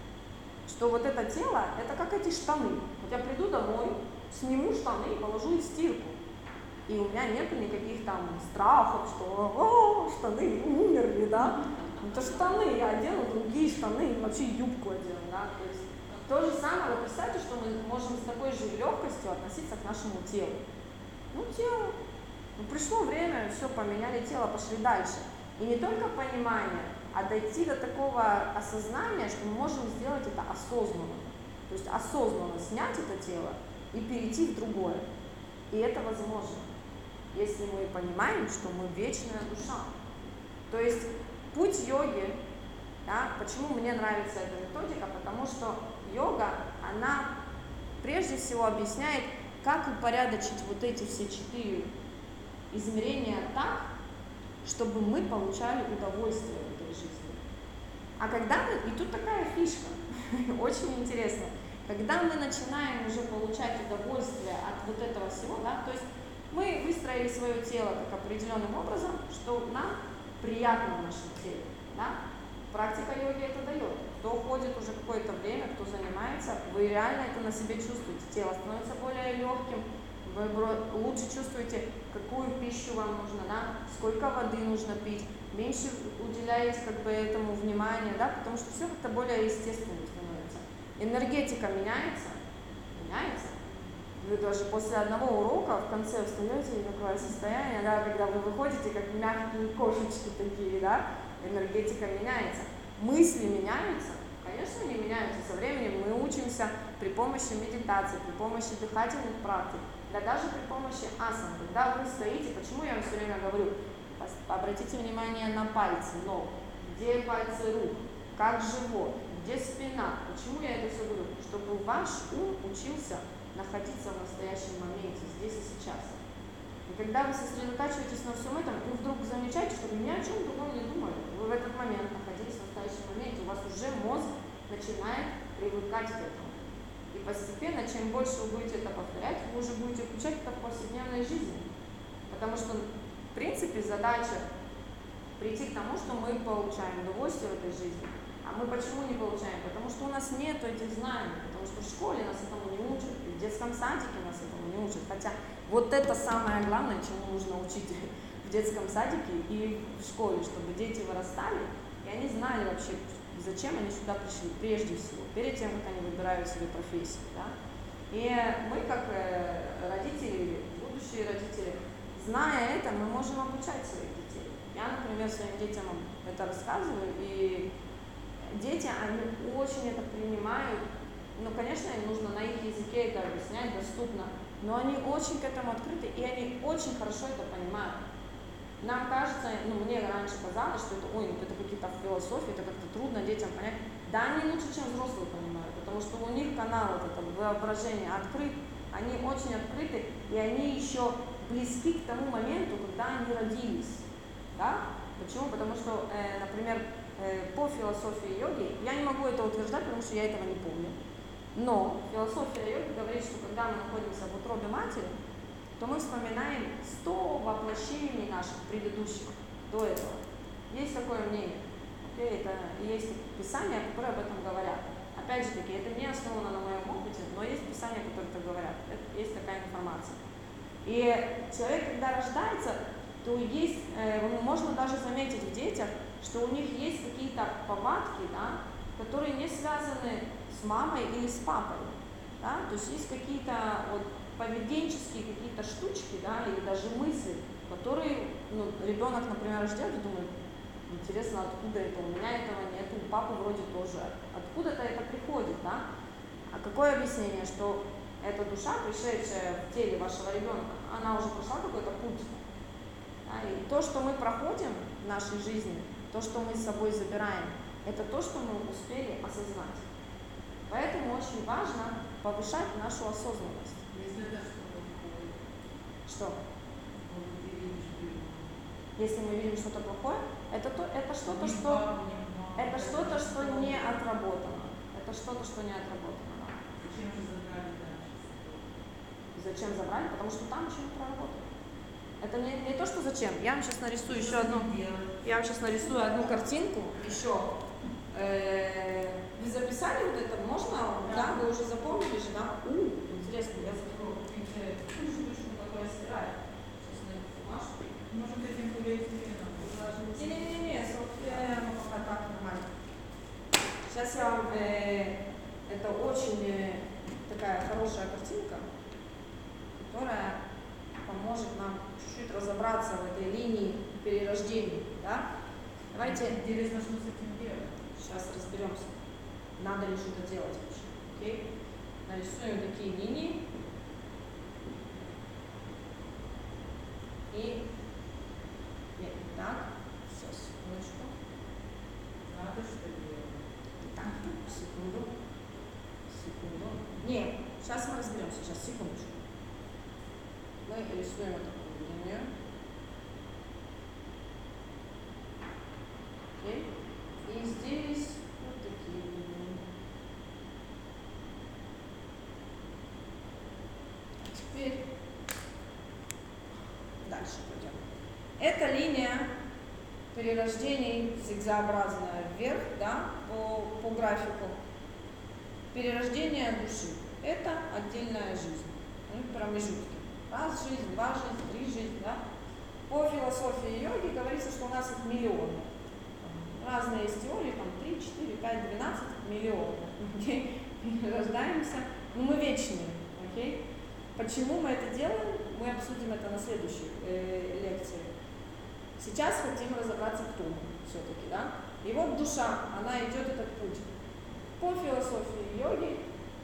Speaker 1: что вот это тело – это как эти штаны. Вот я приду домой, сниму штаны и положу их в стирку. И у меня нет никаких там страхов, что штаны умерли, да. Это штаны, я одену другие штаны, и вообще юбку одену, да. То есть то же самое, вы представьте, что мы можем с такой же легкостью относиться к нашему телу. Тело. Пришло время, все, поменяли тело, пошли дальше. И не только понимание, а дойти до такого осознания, что мы можем сделать это осознанно. То есть осознанно снять это тело и перейти в другое. И это возможно, если мы понимаем, что мы вечная душа. То есть путь йоги, да, почему мне нравится эта методика, потому что йога, она прежде всего объясняет, как упорядочить вот эти все 4 измерения так, чтобы мы получали удовольствие в этой жизни. А когда мы, и тут такая фишка, очень интересная, когда мы начинаем уже получать удовольствие от вот этого всего, да, то есть мы выстроили свое тело как определенным образом, что нам приятно в нашем теле, да. Практика йоги это дает. Кто ходит уже какое-то время, кто занимается, вы реально это на себе чувствуете. Тело становится более легким, вы лучше чувствуете, какую пищу вам нужно, да, сколько воды нужно пить, меньше уделяете как бы этому внимания, да, потому что все как-то более естественно становится. Энергетика меняется. Вы даже после одного урока в конце встаете, и такое состояние, да, когда вы выходите как мягкие кошечки такие, да, энергетика меняется. Мысли меняются, конечно, они меняются со временем. Мы учимся при помощи медитации, при помощи дыхательных практик, да даже при помощи асан. Когда вы стоите, почему я вам все время говорю, обратите внимание на пальцы ног, где пальцы рук, как живот, где спина. Почему я это все говорю? Чтобы ваш ум учился находиться в настоящем моменте, здесь и сейчас. И когда вы сосредотачиваетесь на всем этом, вы вдруг замечаете, что вы ни о чем другом не думали. Вы в этот момент находились в настоящем моменте, у вас уже мозг начинает привыкать к этому. И постепенно, чем больше вы будете это повторять, вы уже будете включать это в повседневной жизни. Потому что, в принципе, задача прийти к тому, что мы получаем удовольствие в этой жизни. А мы почему не получаем? Потому что у нас нет этих знаний, потому что в школе нас этому не учат, и в детском садике нас этому не учат. Хотя вот это самое главное, чему нужно учить в детском садике и в школе, чтобы дети вырастали, и они знали вообще, зачем они сюда пришли, прежде всего, перед тем, как они выбирают себе профессию. Да? И мы, как родители, будущие родители, зная это, мы можем обучать своих детей. Я, например, своим детям это рассказываю, и дети, они очень это принимают. Ну, конечно, им нужно на их языке это объяснять доступно, но они очень к этому открыты, и они очень хорошо это понимают. Нам кажется, ну, мне раньше казалось, что это, ой, ну, это какие-то философии, это как-то трудно детям понять. Да, они лучше, чем взрослые понимают, потому что у них канал, вот это воображение открыт, они очень открыты, и они еще близки к тому моменту, когда они родились. Да? Почему? Потому что, например, по философии йоги, я не могу это утверждать, потому что я этого не помню, но философия йоги говорит, что когда мы находимся в утробе матери, то мы вспоминаем 100 воплощений наших предыдущих до этого. Есть такое мнение, это есть писания, которые об этом говорят. Опять же таки, это не основано на моем опыте, но есть писания, которые так говорят, есть такая информация. И человек, когда рождается, то есть, можно даже заметить в детях, что у них есть какие-то повадки, да, которые не связаны с мамой или с папой. Да? То есть какие-то вот поведенческие какие-то штучки, да, или даже мысли, которые, ну, ребенок, например, ждет и думает, интересно, откуда это, у меня этого нет, у папы вроде тоже, откуда-то это приходит, да? А какое объяснение, что эта душа, пришедшая в теле вашего ребенка, она уже прошла какой-то путь. Да? И то, что мы проходим в нашей жизни, то, что мы с собой забираем, это то, что мы успели осознать. Поэтому очень важно повышать нашу осознанность.
Speaker 4: Если это что-то плохое.
Speaker 1: Что?
Speaker 4: Вот ты видишь ребенка.
Speaker 1: Если мы видим что-то плохое, это что-то, что не отработано. Это что-то, что не отработано. Да.
Speaker 4: Зачем же забрали дальше?
Speaker 1: Зачем забрали? Потому что там еще не проработано. Это не то, что зачем. Я вам сейчас нарисую еще одну. Я вам сейчас нарисую одну картинку еще. Вы записали вот это? Можно? Да, вы уже запомнили же, да? Интересно, я забыла какую-то штучку, которая стирает. Сейчас найду бумажку.
Speaker 4: Может, этим полиэтиленом?
Speaker 1: Не, пока так нормально. Сейчас я вам, это очень такая хорошая картинка, которая поможет нам чуть-чуть разобраться в этой линии перерождения, да? Давайте.
Speaker 4: Интересно, что с этим делать.
Speaker 1: Сейчас разберемся, надо ли что-то делать вообще. Окей? Нарисуем такие линии. И нет, так. Сейчас, секундочку.
Speaker 4: Надо что делать.
Speaker 1: Так, секунду. Нет, сейчас мы разберемся. Сейчас, секундочку. Мы рисуем вот такую линию. Окей? И здесь эта линия перерождений зигзагообразная вверх, да, по графику. Перерождение души. Это отдельная жизнь. Промежутки. Раз жизнь, два жизнь, три жизнь, да. По философии йоги говорится, что у нас их миллионы. Разные есть теории, там 3, 4, 5, 12 миллионов. Рождаемся, но мы вечные. Okay? Почему мы это делаем? Мы обсудим это на следующей лекции. Сейчас хотим разобраться, кто мы все-таки, да? И вот душа, она идет этот путь. По философии йоги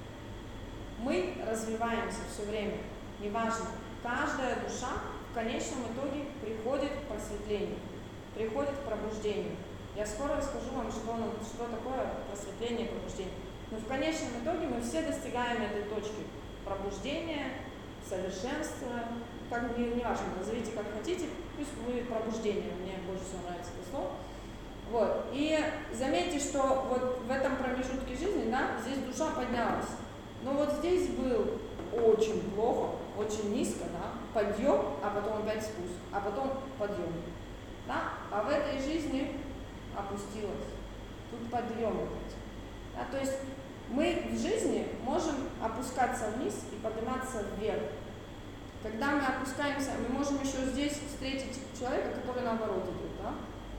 Speaker 1: мы развиваемся все время. Неважно, каждая душа в конечном итоге приходит к просветлению, приходит к пробуждению. Я скоро расскажу вам, что такое просветление и пробуждение. Но в конечном итоге мы все достигаем этой точки пробуждения, совершенства, как неважно, назовите как хотите, пусть будет пробуждение, мне больше всего нравится это слово. Вот. И заметьте, что вот в этом промежутке жизни, да, здесь душа поднялась. Но вот здесь был очень плохо, очень низко, да, подъем, а потом опять спуск, а потом подъем. Да? А в этой жизни опустилась. Тут подъем опять. Да? То есть мы в жизни можем опускаться вниз и подниматься вверх. Когда мы опускаемся, мы можем еще здесь встретить человека, который наоборот идет, да?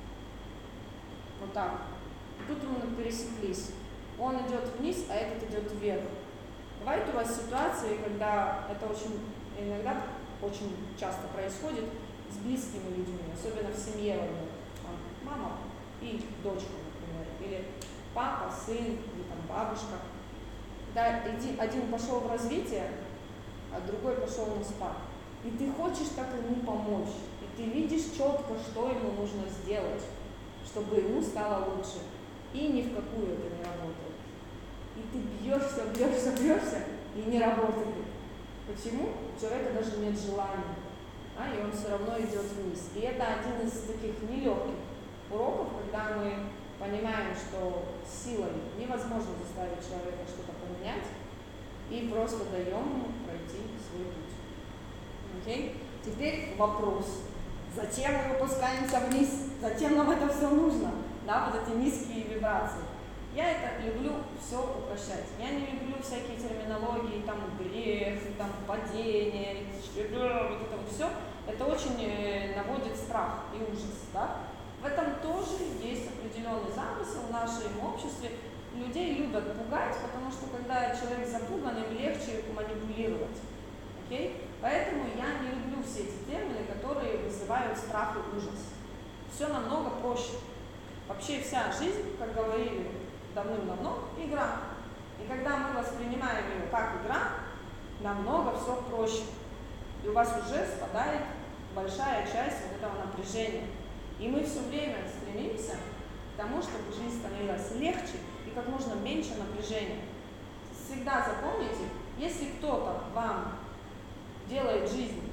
Speaker 1: Вот так. Тут мы пересеклись. Он идет вниз, а этот идет вверх. Бывают у вас ситуации, когда это иногда очень часто происходит с близкими людьми, особенно в семье, мама и дочка, например, или папа, сын, или там бабушка. Да, один пошел в развитие, а другой пошел на спад. И ты хочешь так ему помочь, и ты видишь четко, что ему нужно сделать, чтобы ему стало лучше. И ни в какую это не работает. И ты бьешься, и не работает. Почему? У человека даже нет желания, да, и он все равно идет вниз. И это один из таких нелегких уроков, когда мы понимаем, что силой невозможно заставить человека что-то поменять, и просто даем ему пройти свой путь. Окей? Теперь вопрос. Зачем мы опускаемся вниз? Зачем нам это все нужно? Да, вот эти низкие вибрации. Я это люблю все упрощать. Я не люблю всякие терминологии, там грех, там падение, вот это вот все. Это очень наводит страх и ужас, да? В этом тоже есть определенный замысел в нашем обществе. Людей любят пугать, потому что когда человек запуган, им легче манипулировать. Okay? Поэтому я не люблю все эти термины, которые вызывают страх и ужас. Все намного проще. Вообще вся жизнь, как говорили давным-давно, игра. И когда мы воспринимаем ее как игра, намного все проще. И у вас уже спадает большая часть вот этого напряжения. И мы все время стремимся к тому, чтобы жизнь становилась легче и как можно меньше напряжения. Всегда запомните, если кто-то вам делает жизнь,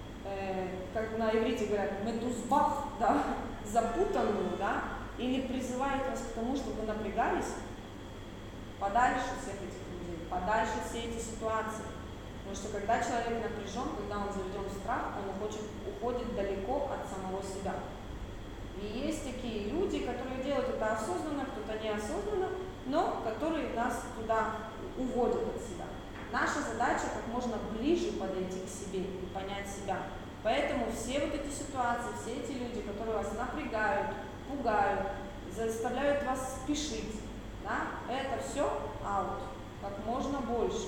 Speaker 1: как на иврите говорят, метузбах, да, запутанную, да, или призывает вас к тому, чтобы вы напрягались, подальше всех этих людей, подальше все эти ситуации. Потому что когда человек напряжен, когда он заведен в страх, он уходит далеко от самого себя. И есть такие люди, которые делают это осознанно, кто-то неосознанно, но которые нас туда уводят от себя. Наша задача как можно ближе подойти к себе и понять себя. Поэтому все вот эти ситуации, все эти люди, которые вас напрягают, пугают, заставляют вас спешить, да, это все аут. Как можно больше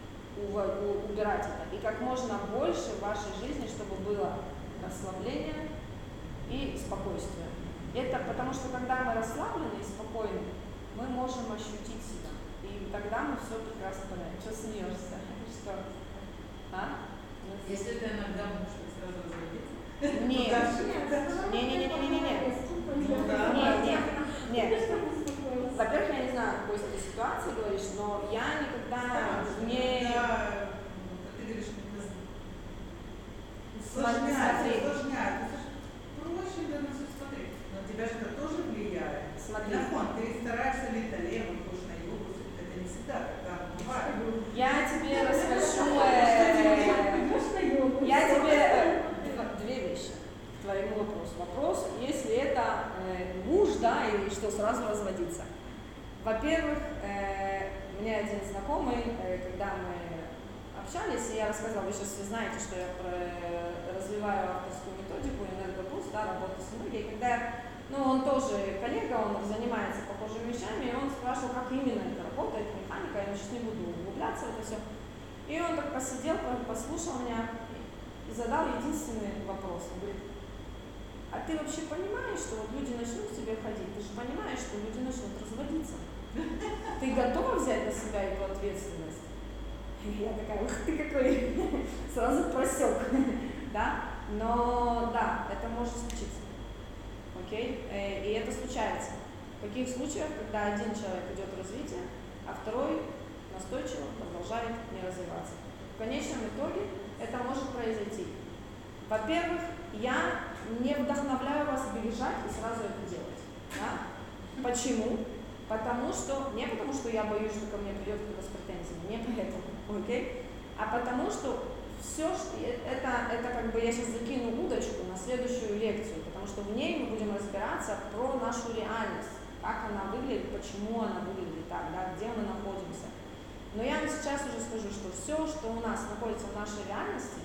Speaker 1: убирать это. И как можно больше в вашей жизни, чтобы было расслабление и спокойствие. Это потому что когда мы расслаблены и спокойны, мы можем ощутить себя. И тогда мы все прекрасно понимаем. Что смеешься? Что? А?
Speaker 4: Если ты иногда можешь сразу разродиться.
Speaker 1: Нет. Нет. Во-первых, я не знаю, о какой ты ситуации говоришь, но я никогда не...
Speaker 4: Ты говоришь,
Speaker 1: Смотри.
Speaker 4: усложняет. Проще для нас смотреть. Но тебя же это тоже влияет.
Speaker 1: Смотри.
Speaker 4: Ты стараешься леталем, ходишь на йогу, это не всегда так бывает.
Speaker 1: Я тебе расскажу... две вещи к твоему вопросу. Во-первых, мне один знакомый, когда мы общались, и я рассказывала, вы сейчас все знаете, что я развиваю авторскую методику, энергобуст, да, работу с энергией, когда, он тоже коллега, он занимается похожими вещами, и он спрашивал, как именно это работает, механика, я сейчас не буду углубляться в это все. И он так посидел, послушал меня и задал единственный вопрос. Он говорит, а ты вообще понимаешь, что вот люди начнут к тебе ходить? Ты же понимаешь, что люди начнут разводиться. Ты готова взять на себя эту ответственность? И я такая, ух ты какой, сразу просек, да? Но да, это может случиться, окей? И это случается. В каких случаях, когда один человек идет в развитие, а второй настойчиво продолжает не развиваться. В конечном итоге это может произойти. Во-первых, я не вдохновляю вас бежать и сразу это делать. Да? Почему? Не потому что я боюсь, что ко мне придет кто-то с претензиями, не поэтому, окей? А потому что все, что это как бы я сейчас закину удочку на следующую лекцию, потому что в ней мы будем разбираться про нашу реальность, как она выглядит, почему она выглядит так, да, где мы находимся. Но я вам сейчас уже скажу, что все, что у нас находится в нашей реальности,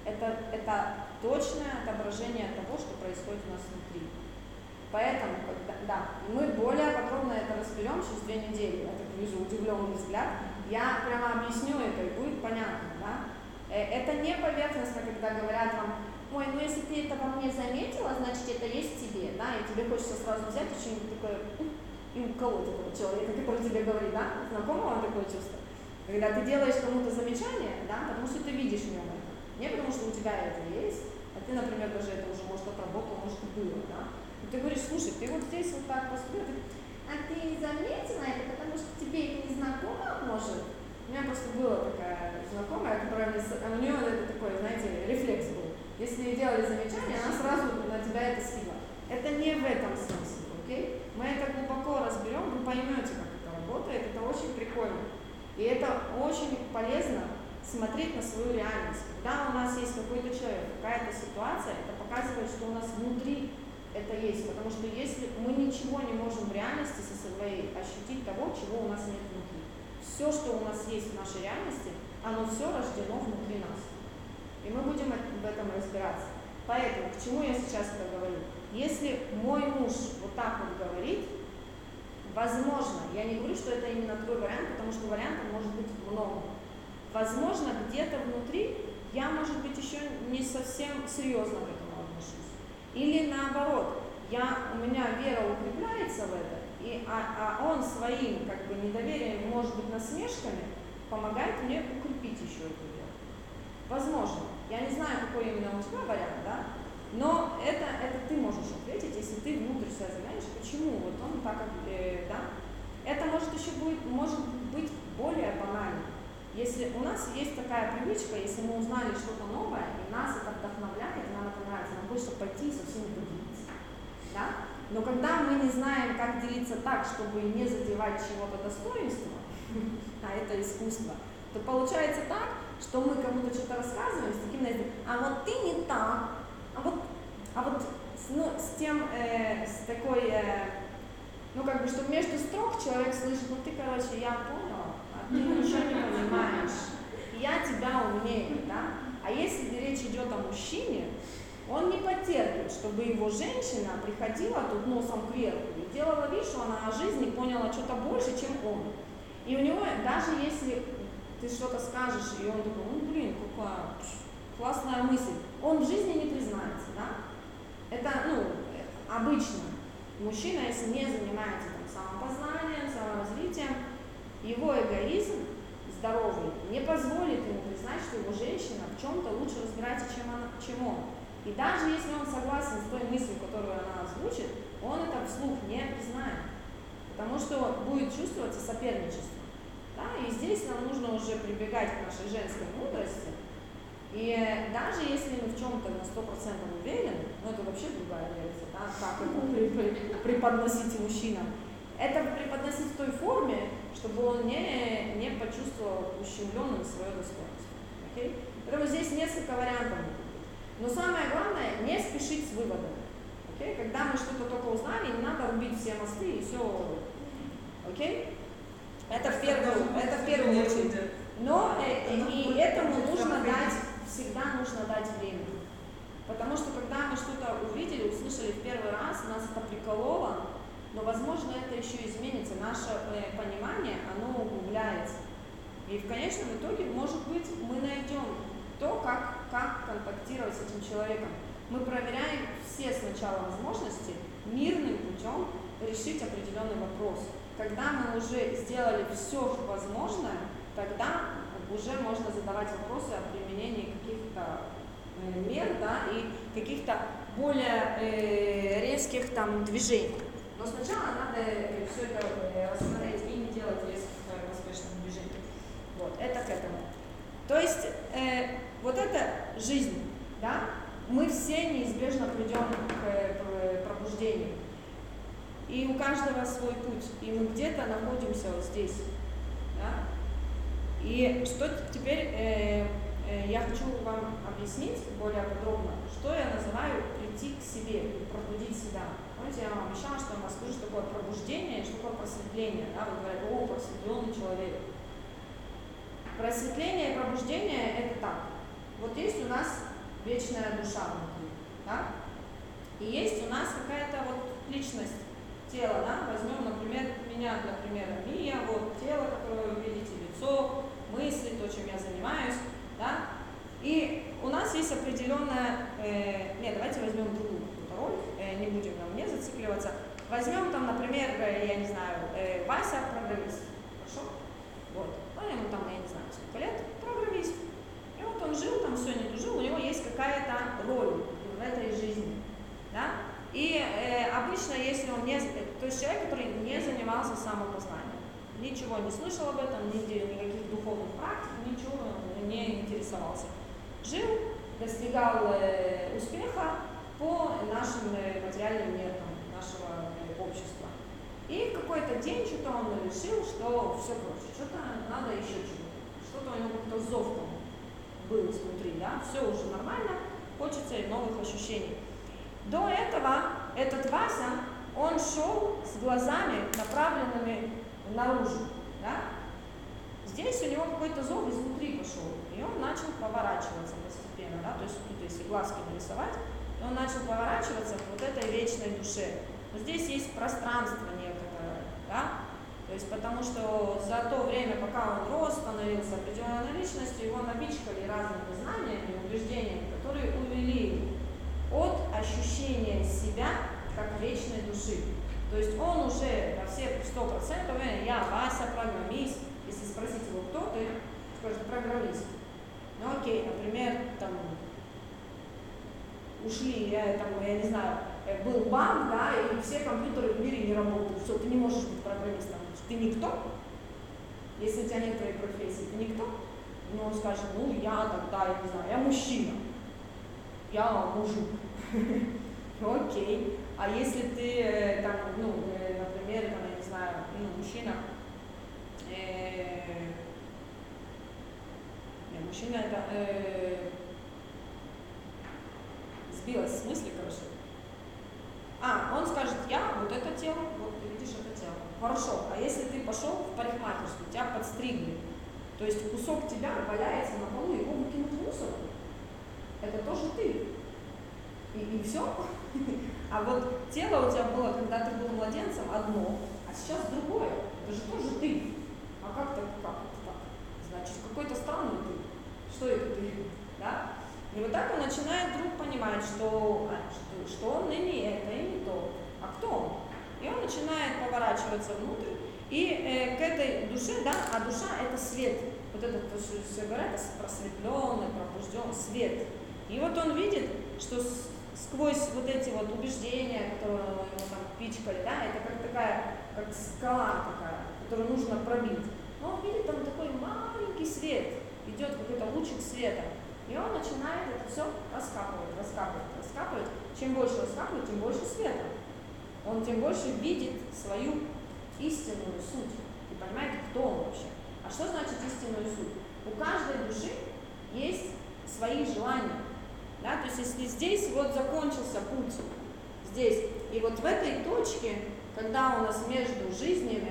Speaker 1: это точное отображение того, что происходит у нас внутри. Поэтому, мы более подробно это разберем через 2 недели. Я так вижу удивленный взгляд. Я прямо объясню это, и будет понятно. Да? Это не поверхностно, когда говорят вам, ой, если ты это во мне заметила, значит это есть в тебе. Да? И тебе хочется сразу взять и что-нибудь такое и уколоть этого человека, который тебе говорит, да? Знакомо вам такое чувство? Когда ты делаешь кому-то замечание, да, потому что ты видишь в нем это. Не потому что у тебя это есть, а ты, например, даже это уже, может, отработал, может, и было, да. И ты говоришь, слушай, ты вот здесь вот так поступил, а ты заметила это, потому что тебе это не знакомо, может? У меня просто была такая знакомая, которая у нее это такой, знаете, рефлекс был. Если ей делали замечание, она сразу на тебя это скидывала. Это не в этом смысле, окей? Мы это глубоко разберем, вы поймете, как это работает, это очень прикольно. И это очень полезно смотреть на свою реальность. Когда у нас есть какой-то человек, какая-то ситуация, это показывает, что у нас внутри это есть. Потому что если мы ничего не можем в реальности со своей ощутить того, чего у нас нет внутри. Все, что у нас есть в нашей реальности, оно все рождено внутри нас. И мы будем в этом разбираться. Поэтому, к чему я сейчас это говорю? Если мой муж вот так вот говорит, возможно, я не говорю, что это именно твой вариант, потому что вариантов может быть много. Возможно, где-то внутри я, может быть, еще не совсем серьезно к этому отношусь. Или наоборот, у меня вера укрепляется в это, а он своим как бы недоверием, может быть, насмешками помогает мне укрепить еще эту веру. Возможно. Я не знаю, какой именно у тебя вариант, да? Но это ты можешь ответить, если ты внутрь себя заглянешь, почему вот он так, да? Это может быть более банально. Если у нас есть такая привычка, если мы узнали что-то новое, и нас это вдохновляет, и нам это нравится, нам хочется пойти и со всеми поделиться. Да? Но когда мы не знаем, как делиться так, чтобы не задевать чего-то достоинства, а это искусство, то получается так, что мы кому-то что-то рассказываем с таким наездом, а вот ты не так, с такой, как бы, чтобы между строк человек слышит, ты, короче, я понял, а ты ничего не понимаешь, я тебя умнее, да? А если речь идет о мужчине, он не потерпит, чтобы его женщина приходила тут носом кверху и делала вид, что она о жизни поняла что-то больше, чем он. И у него, даже если ты что-то скажешь, и он такой, какая классная мысль, он в жизни не признается, да? Это, обычно мужчина, если не занимается самопознанием, саморазвитием, его эгоизм здоровый не позволит ему признать, что его женщина в чем-то лучше разбирается, чем он. И даже если он согласен с той мыслью, которую она озвучит, он это вслух не признает, потому что будет чувствоваться соперничество. Да? И здесь нам нужно уже прибегать к нашей женской мудрости. И даже если мы в чем-то на 100% уверены, это вообще другая лекция, да? Как это преподносить мужчинам, это преподносить в той форме, чтобы он не почувствовал ущемленным свое достоинство. Okay? Поэтому здесь несколько вариантов будет. Но самое главное, не спешить с выводами. Okay? Когда мы что-то только узнали, не надо рубить все мосты и все Окей? Это в первую очередь. Но и этому всегда нужно дать время. Потому что когда мы что-то увидели, услышали в первый раз, нас это прикололо, но, возможно, это еще изменится. Наше понимание, оно углубляется. И в конечном итоге, может быть, мы найдем то, как контактировать с этим человеком. Мы проверяем все сначала возможности мирным путем решить определенный вопрос. Когда мы уже сделали все возможное, тогда уже можно задавать вопросы о применении каких-то мер, да, и каких-то более резких там движений. Но сначала надо все это рассмотреть и не делать резких поспешных движений. Вот, это к этому. То есть вот это жизнь, да, мы все неизбежно придем к пробуждению. И у каждого свой путь, и мы где-то находимся вот здесь, да? И что теперь я хочу вам объяснить более подробно, что я называю прийти к себе, пробудить себя. Помните, я вам обещала, что я вам расскажу, что такое пробуждение, что такое просветление. Да? Вы говорите, о, просветленный человек. Просветление и пробуждение – это так. Вот есть у нас вечная душа внутри, да? И есть у нас какая-то вот личность, тело, да? Возьмем, например, меня для примера. Мия, вот тело, которое вы видите, лицо, мысли, то, чем я занимаюсь, да? И у нас есть определенная, нет, давайте возьмем другую какую-то роль, не будем на мне зацикливаться. Возьмем там, например, я не знаю, Вася программист, хорошо? Вот, ну ему там, я не знаю, сколько лет, программист. И вот он жил там, все не жил, у него есть какая-то роль в этой жизни, да? И обычно, если он не, то есть человек, который не занимался самопознанием, ничего не слышал об этом, никаких духовных практик, ничего не интересовался. Жил, достигал успеха по нашим материальным меркам нашего общества. И в какой-то день что-то он решил, что все проще, что-то надо еще чего-то, что-то у него какой-то зов там был внутри, да, все уже нормально, хочется и новых ощущений. До этого этот Вася, он шел с глазами, направленными наружу, да? Здесь у него какой-то зов изнутри пошел, и он начал поворачиваться постепенно, да? То есть тут если глазки нарисовать, и он начал поворачиваться к вот этой вечной душе. Но здесь есть пространство некоторое, да? То есть потому что за то время, пока он рос, становился определенной личностью, его напичкали разными знаниями, убеждениями, которые увели от ощущения себя как вечной души. То есть он уже на все 100%, я Вася, программист, если спросить его, кто ты, скажет программист. Ну окей, например, там ушли, я не знаю, был банк, да, и все компьютеры в мире не работают, все, ты не можешь быть программистом. Ты никто? Если у тебя нет твоей профессии, ты никто? Ну он скажет, ну я тогда, я не знаю, я мужчина. Я мужик. Окей. А если ты там, например, там, я не знаю, мужчина, мужчина это сбилась с мысли, короче. Он скажет, я вот это тело, вот ты видишь это тело. Хорошо, а если ты пошел в парикмахерскую, тебя подстригли, то есть кусок тебя валяется на полу, его выкинут в мусор. Это тоже ты. И все. А вот тело у тебя было, когда ты был младенцем, одно, а сейчас другое. Это же тоже ты. А как это так? Значит, какой-то странный ты. Что это ты? Да? И вот так он начинает вдруг понимать, что он и не это, и не то. А кто он? И он начинает поворачиваться внутрь. И к этой душе, да, а душа это свет. Вот это, то, что все говорят, просветленный, пробужденный свет. И вот он видит, что сквозь вот эти вот убеждения, которые его там пичкали, да, это как такая, как скала такая, которую нужно пробить. Но он видит там такой маленький свет, идет какой-то лучик света. И он начинает это все раскапывать. Чем больше раскапывает, тем больше света. Он тем больше видит свою истинную суть и понимает, кто он вообще. А что значит истинную суть? У каждой души есть свои желания. Да? То есть если здесь вот закончился путь, здесь, и вот в этой точке, когда у нас между жизнями,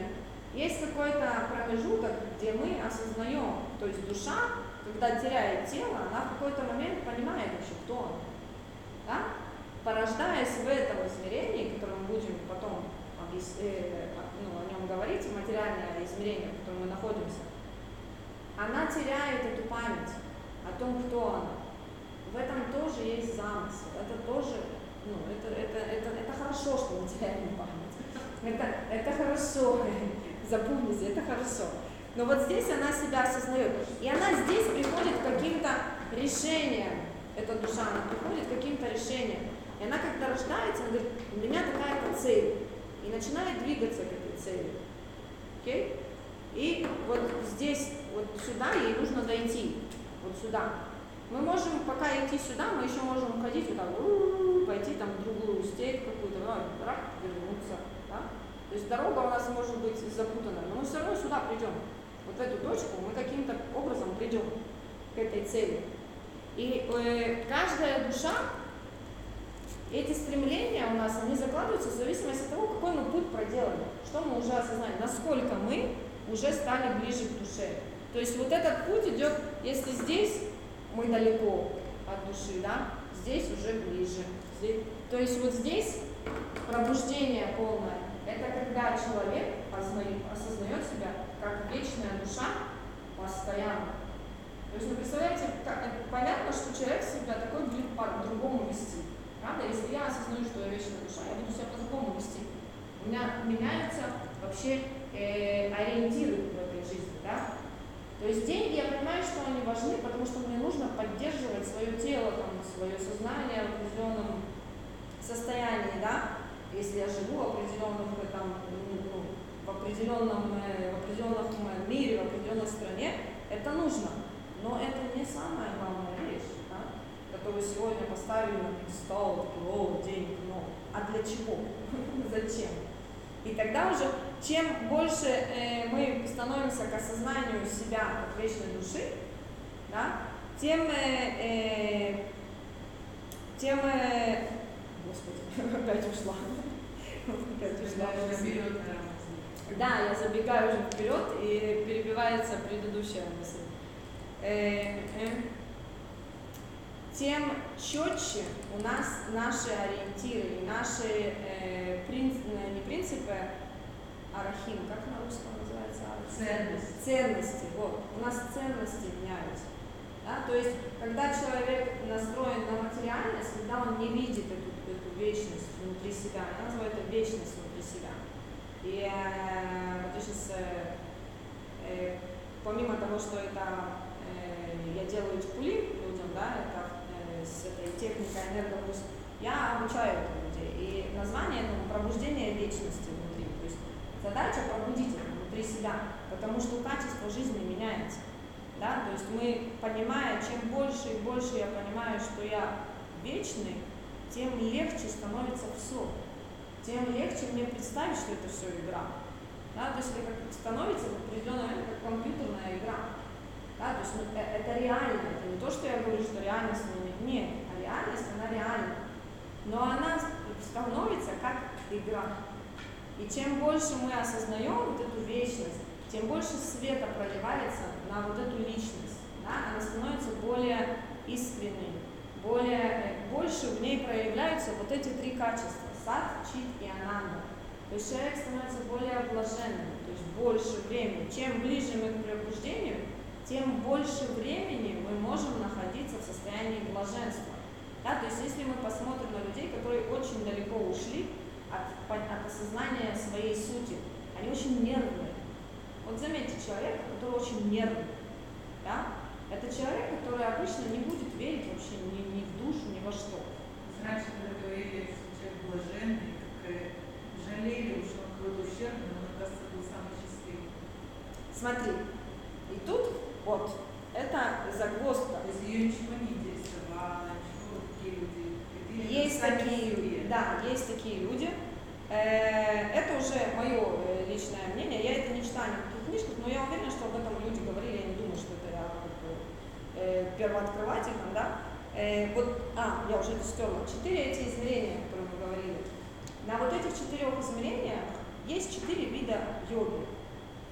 Speaker 1: Есть какой-то промежуток, где мы осознаем, то есть душа, когда теряет тело, она в какой-то момент понимает вообще, кто она. Да? Порождаясь в этом измерении, которое мы будем потом о нем говорить, материальное измерение, в котором мы находимся, она теряет эту память о том, кто она. В этом тоже есть замысел. Это тоже, это хорошо, что мы теряем память. Это хорошо. Запомните, это хорошо. Но вот здесь она себя осознает. И она здесь приходит к каким-то решениям. Эта душа, она приходит к каким-то решениям. И она когда рождается, она говорит, у меня такая-то цель. И начинает двигаться к этой цели. Окей? И вот здесь, вот сюда ей нужно дойти. Вот сюда. Мы можем, пока идти сюда, мы еще можем уходить вот так, пойти там в другую степь какую-то, вернуться. Да? То есть дорога у нас может быть запутанная, но мы все равно сюда придем. Вот в эту точку мы каким-то образом придем к этой цели. И каждая душа, эти стремления у нас, они закладываются в зависимости от того, какой мы путь проделали, что мы уже осознали, насколько мы уже стали ближе к душе. То есть вот этот путь идет, если здесь мы далеко от души, да, здесь уже ближе. То есть вот здесь пробуждение полное. Это когда человек осознает себя как вечная душа постоянно. То есть вы представляете, понятно, что человек себя такой будет по-другому вести. Правда? Если я осознаю, что я вечная душа, я буду себя по-другому вести. У меня меняются вообще ориентиры в этой жизни. Да? То есть деньги, я понимаю, что они важны, потому что мне нужно поддерживать свое тело, там, свое сознание в определенном состоянии, да? Если я живу в определенном мире, в определенной стране, это нужно. Но это не самая главная вещь, да? Которую сегодня поставили на пьедестал, денег много. А для чего? Зачем? И тогда уже, чем больше мы становимся к осознанию себя как вечной души, да, тем Господи, опять ушла. Да, я забегаю уже вперед, и перебивается предыдущая мысль. Тем четче у нас наши ориентиры и наши не принципы, арахим, как на русском называется? Ценности. Вот. У нас ценности меняются. Да? То есть, когда человек настроен на материальность, когда он не видит эту вечность внутри себя, я называю это вечность внутри себя. И вот я сейчас, помимо того, что это я делаю чпули людям, да, это с этой техникой энергопульс, я обучаю это людей. И название этому пробуждение вечности внутри. То есть задача пробудить это внутри себя, потому что качество жизни меняется. Да? То есть мы, понимая, чем больше и больше я понимаю, что я вечный, тем легче становится все. Тем легче мне представить, что это все игра. Да? То есть это как становится в определенный момент как компьютерная игра. Да? То есть это реально. Это не то, что я говорю, что реальность нет. А реальность, она реальна. Но она становится как игра. И чем больше мы осознаем вот эту вечность, тем больше света проливается на вот эту личность. Да? Она становится более искренней, больше в ней проявляются вот эти три качества – сат, чит и ананда. То есть человек становится более блаженным, то есть больше времени. Чем ближе мы к пробуждению, тем больше времени мы можем находиться в состоянии блаженства. Да? То есть если мы посмотрим на людей, которые очень далеко ушли от осознания своей сути, они очень нервные. Вот заметьте человека, который очень нервный. Да? Это человек, который обычно не будет верить вообще ни в душу, ни во что.
Speaker 4: Раньше, когда говорили, что человек блаженный, как жалели, что он какой-то ущербный, но, оказывается, был самый счастливый.
Speaker 1: Смотри, и тут вот, это загвоздка.
Speaker 4: То есть ее ничего не интересовало, ничего, такие люди.
Speaker 1: Есть такие люди, да, есть такие люди. Это уже мое личное мнение, я это не читаю ни в каких книжках, но я уверена, что об этом люди говорили, я не думаю, что это я первооткрыватель, да. Я уже это стерла. 4 эти измерения, о которых мы говорили. На вот этих 4 измерениях есть 4 вида йоги.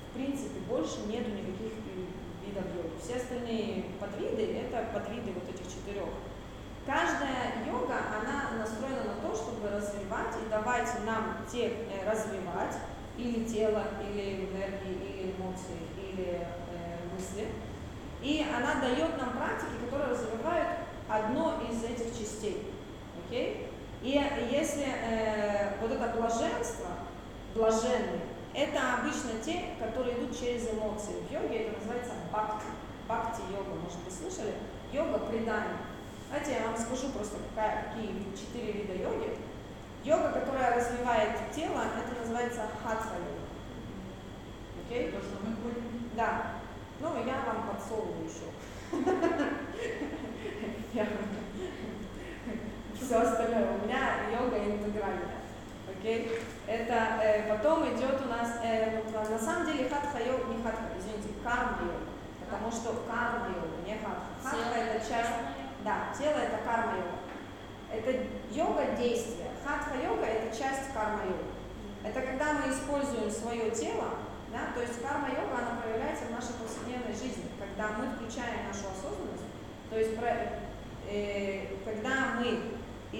Speaker 1: в принципе больше нету никаких видов йоги. Все остальные подвиды это подвиды вот этих 4. Каждая йога, она настроена на то, чтобы развивать и давать нам развивать или тело, или энергии, или эмоции, или мысли. И она дает нам практики, которые развивают одно из этих частей. Okay? И если вот это блаженство, блаженные, это обычно те, которые идут через эмоции. В йоге это называется бхакти. Бхакти-йога, может быть, слышали? Йога предания. Давайте я вам скажу просто, какие 4 вида йоги. Йога, которая развивает тело, это называется хатха-йога. Окей?
Speaker 4: То, что мы ходим.
Speaker 1: Да. Ну, я вам подсовываю еще. Все остальное. У меня йога интегральная. Окей? Это потом идет у нас, на самом деле хатха-йога, не хатха, извините, карма-йога. Потому что карма-йога, не хатха. Хатха это часть, да, тело это карма-йога. Это йога действия. Хатха-йога это часть карма-йога. Это когда мы используем свое тело, да, то есть карма-йога, она проявляется в нашей повседневной жизни, когда мы включаем нашу осознанность, то есть когда мы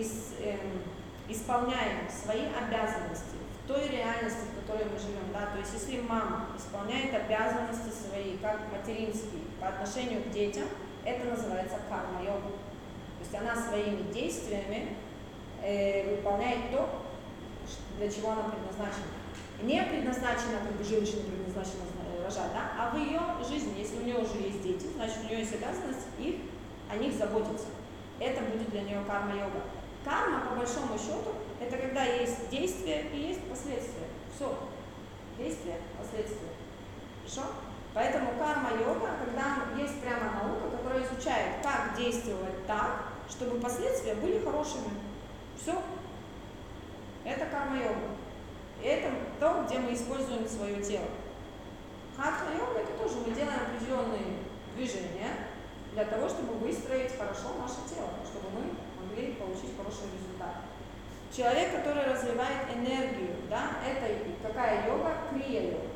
Speaker 1: исполняем свои обязанности в той реальности, в которой мы живем, да, то есть если мама исполняет обязанности свои, как материнские, по отношению к детям, это называется карма-йога. То есть она своими действиями выполняет то, для чего она предназначена. Не предназначена, как бы женщина предназначена рожать, да, а в ее жизни, если у нее уже есть дети, значит у нее есть обязанность о них заботиться. Это будет для нее карма-йога. Карма, по большому счету, это когда есть действие и есть последствия. Все. Действие, последствия. Хорошо? Поэтому карма-йога, когда есть прямо наука, которая изучает, как действовать так, чтобы последствия были хорошими. Все. Это карма-йога. И это то, где мы используем свое тело. Хатха-йога это тоже мы делаем определенные движения для того, чтобы выстроить хорошо наше тело, чтобы мы могли получить хороший результат. Человек, который развивает энергию, да, это какая йога? Крия-йога.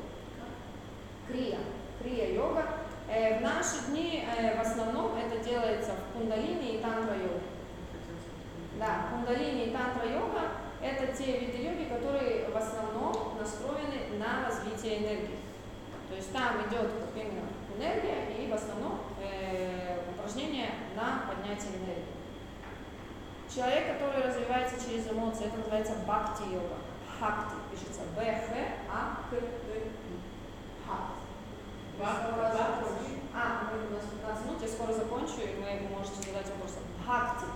Speaker 1: Крия-йога. В наши дни в основном это делается в кундалини и тантра-йоге. Да, кундалини и тантра-йога это те виды йоги, которые в основном настроены на развитие энергии. То есть там идет как именно энергия и в основном упражнения на поднятие энергии. Человек, который развивается через эмоции, это называется бхакти-йога. Бхакти пишется Б-Х-А-К-Т-И. Бхакти. У нас 15 минут, я скоро закончу, и вы можете задать вопросы. Бхакти.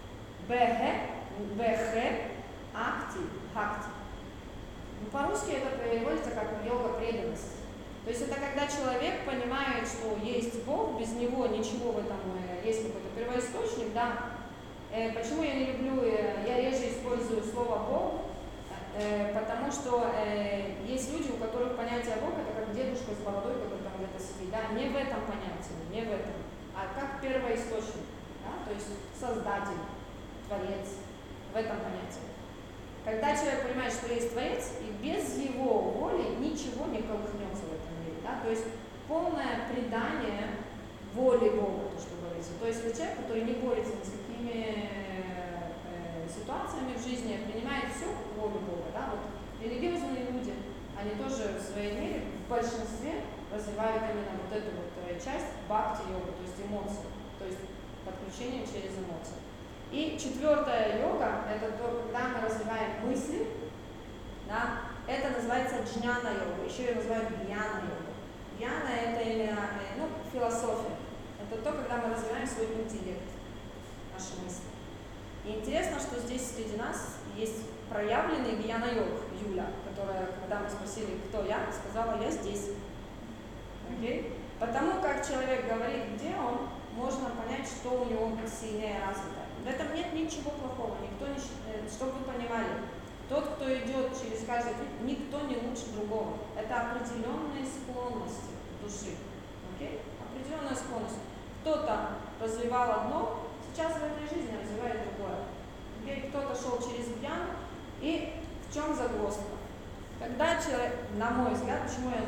Speaker 1: Б-Х-Акти. Бхакти. По-русски это переводится как йога преданности. То есть это когда человек понимает, что есть Бог, без него ничего в этом, есть какой-то первоисточник, да. Почему я не люблю, я реже использую слово Бог, потому что есть люди, у которых понятие Бога это как дедушка с бородой, который там где-то сидит, да, не в этом понятии, не в этом, а как первоисточник, да, то есть создатель, творец, в этом понятии. Когда человек понимает, что есть творец, и без его воли ничего не колыхнется в этом мире, да, то есть полное предание воле Бога, то, что говорится. То есть это человек, который не борется ни с какими ситуациями в жизни, принимает все волю Бога. Да? Вот религиозные люди, они тоже в своей мере в большинстве развивают именно вот эту вот часть бхакти-йога, то есть эмоции, то есть подключение через эмоции. И 4-я йога, это то, когда мы развиваем мысли, да? Это называется джняна-йога, еще ее называют гьяна-йога. Гьяна это именно философия. Это то, когда мы развиваем свой интеллект, наши мысли. И интересно, что здесь среди нас есть проявленный гьяна-йог Юля, которая, когда мы спросили, кто я, сказала, я здесь. Okay? Потому как человек говорит, где он, можно понять, что у него сильнее развито. В этом нет ничего плохого, никто не, чтобы вы понимали. Тот, кто идет через каждый путь, никто не лучше другого. Это определенные склонности души. Okay? Определенная склонность. Кто-то развивал одно, сейчас в этой жизни развивает другое. Okay? Кто-то шел через гьяну, и в чем загвоздка? Когда человек, на мой взгляд, почему я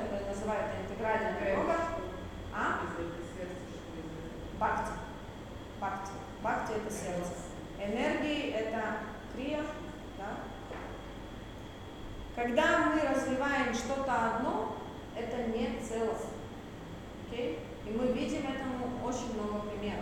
Speaker 1: называю это интегральная йога. А? Бхакти. Бхакти. Бхакти это сердце. Энергии это крия. Да? Когда мы развиваем что-то одно, это не целостно. Okay? И мы видим этому очень много примеров.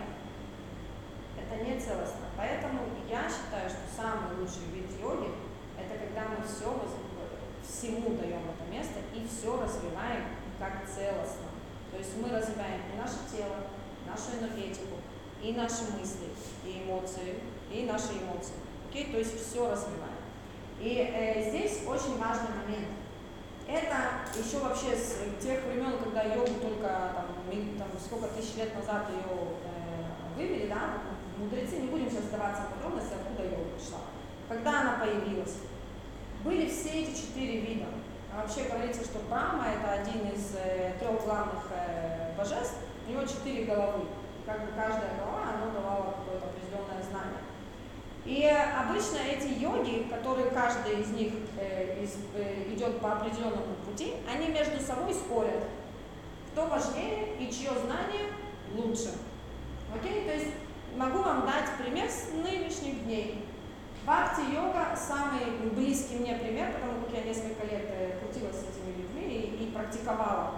Speaker 1: Это не целостно. Поэтому я считаю, что самый лучший вид йоги это когда мы всему даем это место и все развиваем как целостно. То есть мы развиваем и наше тело, нашу энергетику, и наши мысли, и эмоции, и наши эмоции. Okay? То есть все развиваем. И здесь очень важный момент. Это еще вообще с тех времен, когда йогу только там, сколько тысяч лет назад ее вывели, да, мудрецы, не будем сейчас вдаваться в подробности, откуда йога пришла. Когда она появилась, были все эти 4 вида. Вообще говорится, что Брахма это один из 3 главных божеств, у него 4 головы. Как бы каждая голова, она давала какое-то определенное знание. И обычно эти йоги, которые каждый из них идет по определенному пути, они между собой спорят, кто важнее и чье знание лучше. Окей? То есть могу вам дать пример с нынешних дней. Бхакти-йога самый близкий мне пример, потому как я несколько лет крутилась с этими людьми и практиковала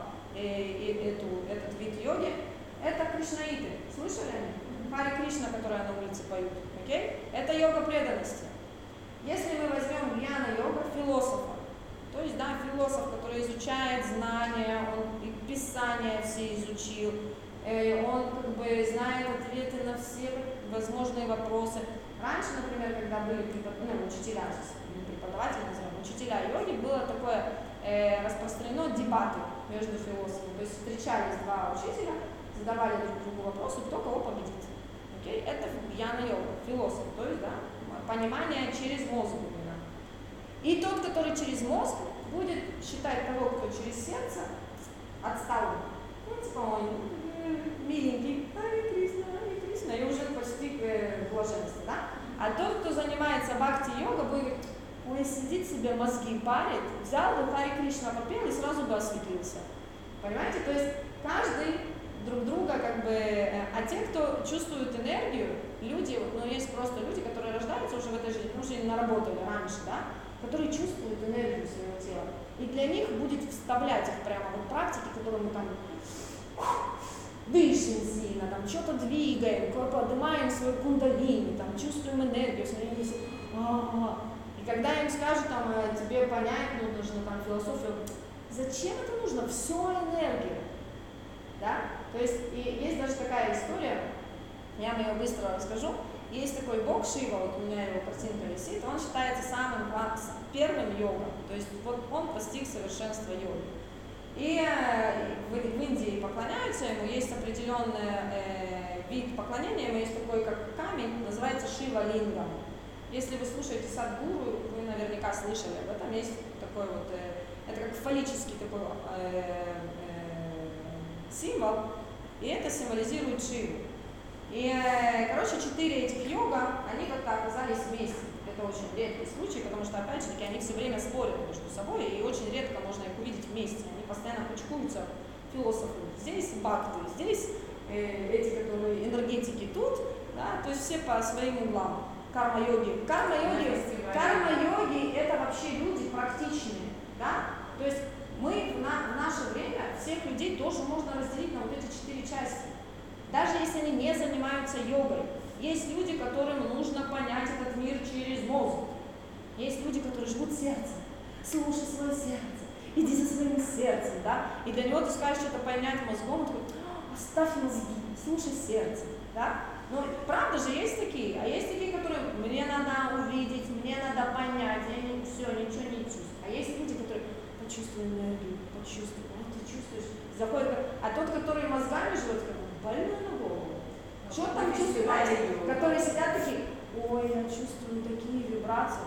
Speaker 1: этот вид йоги. Это кришнаиты. Слышали они? Хари Кришна, которая на улице поют. Okay? Это йога преданности. Если мы возьмем гьяна-йога, философа, то есть, да, философ, который изучает знания, он и писания все изучил, он как бы знает ответы на все возможные вопросы. Раньше, например, когда были учителя, преподаватели, назовем, учителя йоги, было такое распространено дебаты между философами. То есть встречались два учителя, задавали друг другу вопросы, кто кого победит. Okay? Это гьяна-йога, философ, то есть, да, понимание через мозг именно. И тот, который через мозг, будет считать того, кто через сердце, отсталым. Ну, типа он миленький, Хари Кришна, и уже почти к блаженству, да? А тот, кто занимается бхакти-йога, будет говорить, ой, сидит себе, мозги парит, взял бы Хари Кришна попел и сразу бы осветился. Понимаете? То есть каждый друг друга как бы, а те, кто чувствует энергию, люди, есть просто люди, которые рождаются уже в этой жизни, потому что они наработали раньше, да, которые чувствуют энергию своего тела. И для них будет вставлять их прямо в практики, которые мы там дышим сильно, там что-то двигаем, поднимаем свою кундалини, там чувствуем энергию, смотрим, и когда им скажут, там, тебе понять нужно там философию, зачем это нужно? Все энергия. Да? То есть и есть даже такая история, я вам ее быстро расскажу. Есть такой бог Шива, вот у меня его картинка висит, он считается самым первым йогом, то есть вот он постиг совершенство йоги. И в Индии поклоняются ему, есть определенный вид поклонения, есть такой как камень, называется Шива-линга. Если вы слушаете Садгуру, вы наверняка слышали об этом, есть такой вот, это как фаллический такой символ, и это символизирует Шиву. И, 4 этих йога, они как-то оказались вместе. Это очень редкий случай, потому что, опять же таки, они все время спорят между собой, и очень редко можно их увидеть вместе. Они постоянно кучкуются, философы здесь, бхакты здесь, эти, которые энергетики тут, да, то есть все по своим углам. Карма-йоги. Карма-йоги это вообще люди практичные, да, то есть мы в наше время всех людей тоже можно разделить на вот эти 4 части. Даже если они не занимаются йогой. Есть люди, которым нужно понять этот мир через мозг. Есть люди, которые живут сердцем. Слушай свое сердце, иди за своим сердцем, да? И для него ты скажешь что-то понять мозгом, он такой, оставь мозги, слушай сердце, да? Но правда же есть такие, а есть такие, которые мне надо увидеть, мне надо понять, я ничего не чувствую. А есть люди, которые почувствуй энергию, почувствуй, ты чувствуешь, заходит, а тот, который мозгами живет, как больной на голову. Что там чувствуете? Которые сидят такие, ой, я чувствую такие вибрации.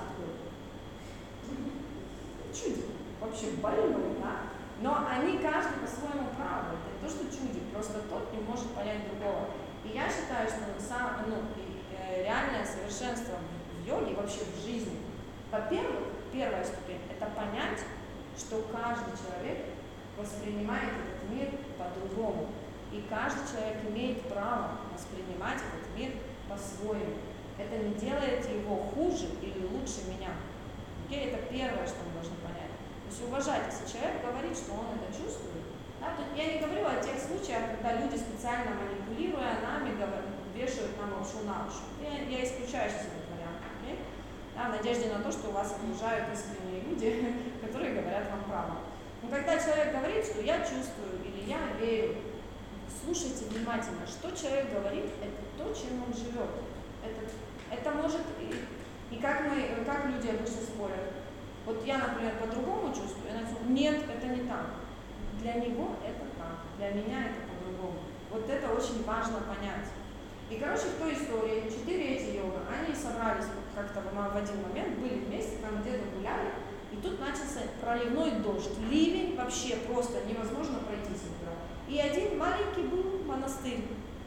Speaker 1: Чудик, вообще больной, да? Но они каждый по-своему правы. Это то, что чудик, просто тот не может понять другого. И я считаю, что реальное совершенство в йоге, вообще в жизни, во-первых, первая ступень – это понять, что каждый человек воспринимает этот мир по-другому. И каждый человек имеет право воспринимать этот мир по-своему. Это не делает его хуже или лучше меня. Окей? Это первое, что мы должны понять. То есть уважать, если человек говорит, что он это чувствует. Да, тут я не говорю о тех случаях, когда люди специально манипулируя нами вешают нам лапшу на уши. Я исключаю сейчас этот вариант. Okay? Да, в надежде на то, что вас окружают искренние люди, которые говорят вам правду. Но когда человек говорит, что я чувствую или я верю, слушайте внимательно, что человек говорит, это то, чем он живет. Это может, и как люди обычно спорят. Вот я, например, по-другому чувствую, я начну, нет, это не так. Для него это так, для меня это по-другому. Вот это очень важно понять. И, короче, в той истории 4 эти йога, они собрались как-то в один момент, были вместе, там где-то гуляли, и тут начался проливной дождь, ливень, вообще просто невозможно пройти с утра. И один маленький был монастырь,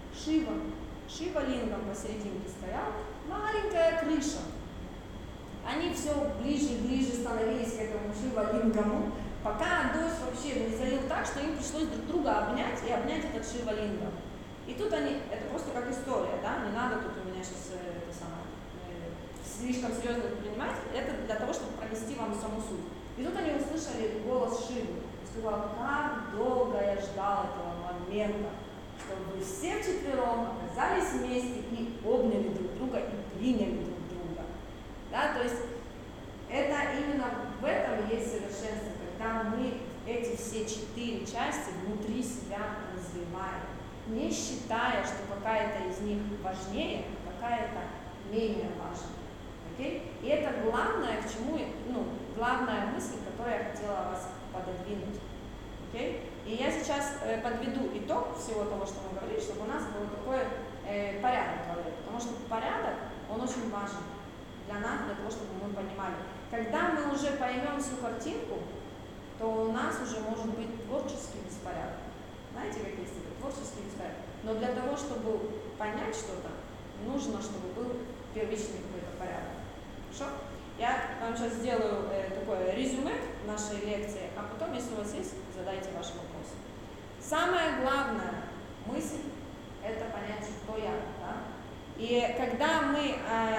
Speaker 1: Шива Лингам посерединке стоял, маленькая крыша. Они все ближе и ближе становились к этому Шива Лингаму, пока дождь вообще не залил так, что им пришлось друг друга обнять и обнять этот Шива Лингам. И тут они, это просто как история, да, не надо тут у меня сейчас слишком серьезно это принимать, это для того, чтобы пронести вам саму суть. И тут они услышали голос Шивы. Он сказал, как долго я ждал этого момента, чтобы вы все вчетвером оказались вместе и обняли друг друга и приняли друг друга. Да, то есть это именно в этом есть совершенство, когда мы эти все 4 части внутри себя развиваем, не считая, что какая-то из них важнее, какая-то менее важна. Okay? И это главное, к чему, главная мысль, которую я хотела вас пододвинуть. Okay? И я сейчас подведу итог всего того, что мы говорили, чтобы у нас был такой порядок в голове, потому что порядок, он очень важен для нас, для того, чтобы мы понимали. Когда мы уже поймем всю картинку, то у нас уже может быть творческий беспорядок. Знаете, как есть это? Творческий беспорядок. Но для того, чтобы понять что-то, нужно, чтобы был первичный какой-то порядок. Хорошо? Я вам сейчас сделаю такое резюме нашей лекции, а потом, если у вас есть, задайте ваши вопросы. Самая главная мысль – это понять, кто я. Да? И когда мы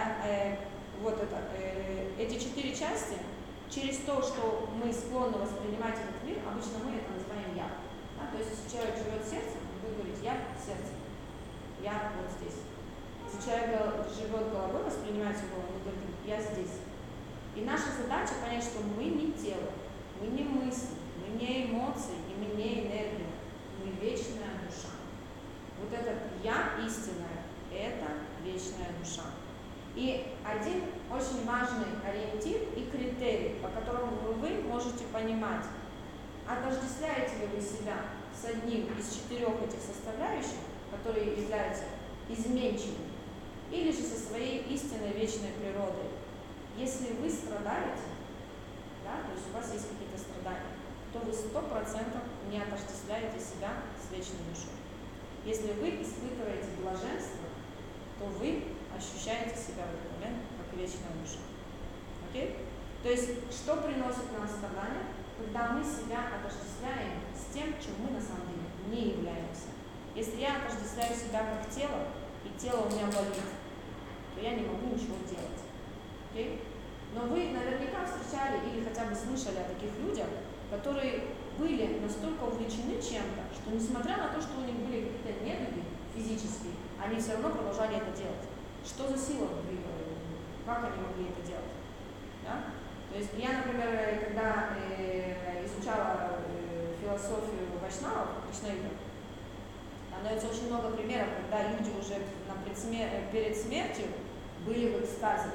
Speaker 1: эти 4 части, через то, что мы склонны воспринимать этот мир, обычно мы это называем «я». Да? То есть, если человек живет сердцем, вы говорите «я сердцем», «я вот здесь». Если человек живет головой, воспринимает свою голову, он говорит «я здесь». И наша задача понять, что мы не тело, мы не мысли, мы не эмоции и мы не энергия, мы вечная душа. Вот это «я» истинное – это вечная душа. И один очень важный ориентир и критерий, по которому вы можете понимать, отождествляете ли вы себя с одним из 4 этих составляющих, которые являются изменчивыми, или же со своей истинной вечной природой. Если вы страдаете, да, то есть у вас есть какие-то страдания, то вы 100% не отождествляете себя с вечной душой. Если вы испытываете блаженство, то вы ощущаете себя в этот момент как вечная душа. Окей? То есть, что приносит нам страдания? Когда мы себя отождествляем с тем, чем мы на самом деле не являемся. Если я отождествляю себя как тело, и тело у меня болит, то я не могу ничего делать. Okay? Но вы наверняка встречали или хотя бы слышали о таких людях, которые были настолько увлечены чем-то, что несмотря на то, что у них были какие-то недуги физические, они все равно продолжали это делать. Что за сила двигала? Как они могли это делать? Да? То есть я, например, когда изучала философию вайшнавов, кришнаитов, там дается очень много примеров, когда люди уже перед смертью были в экстазе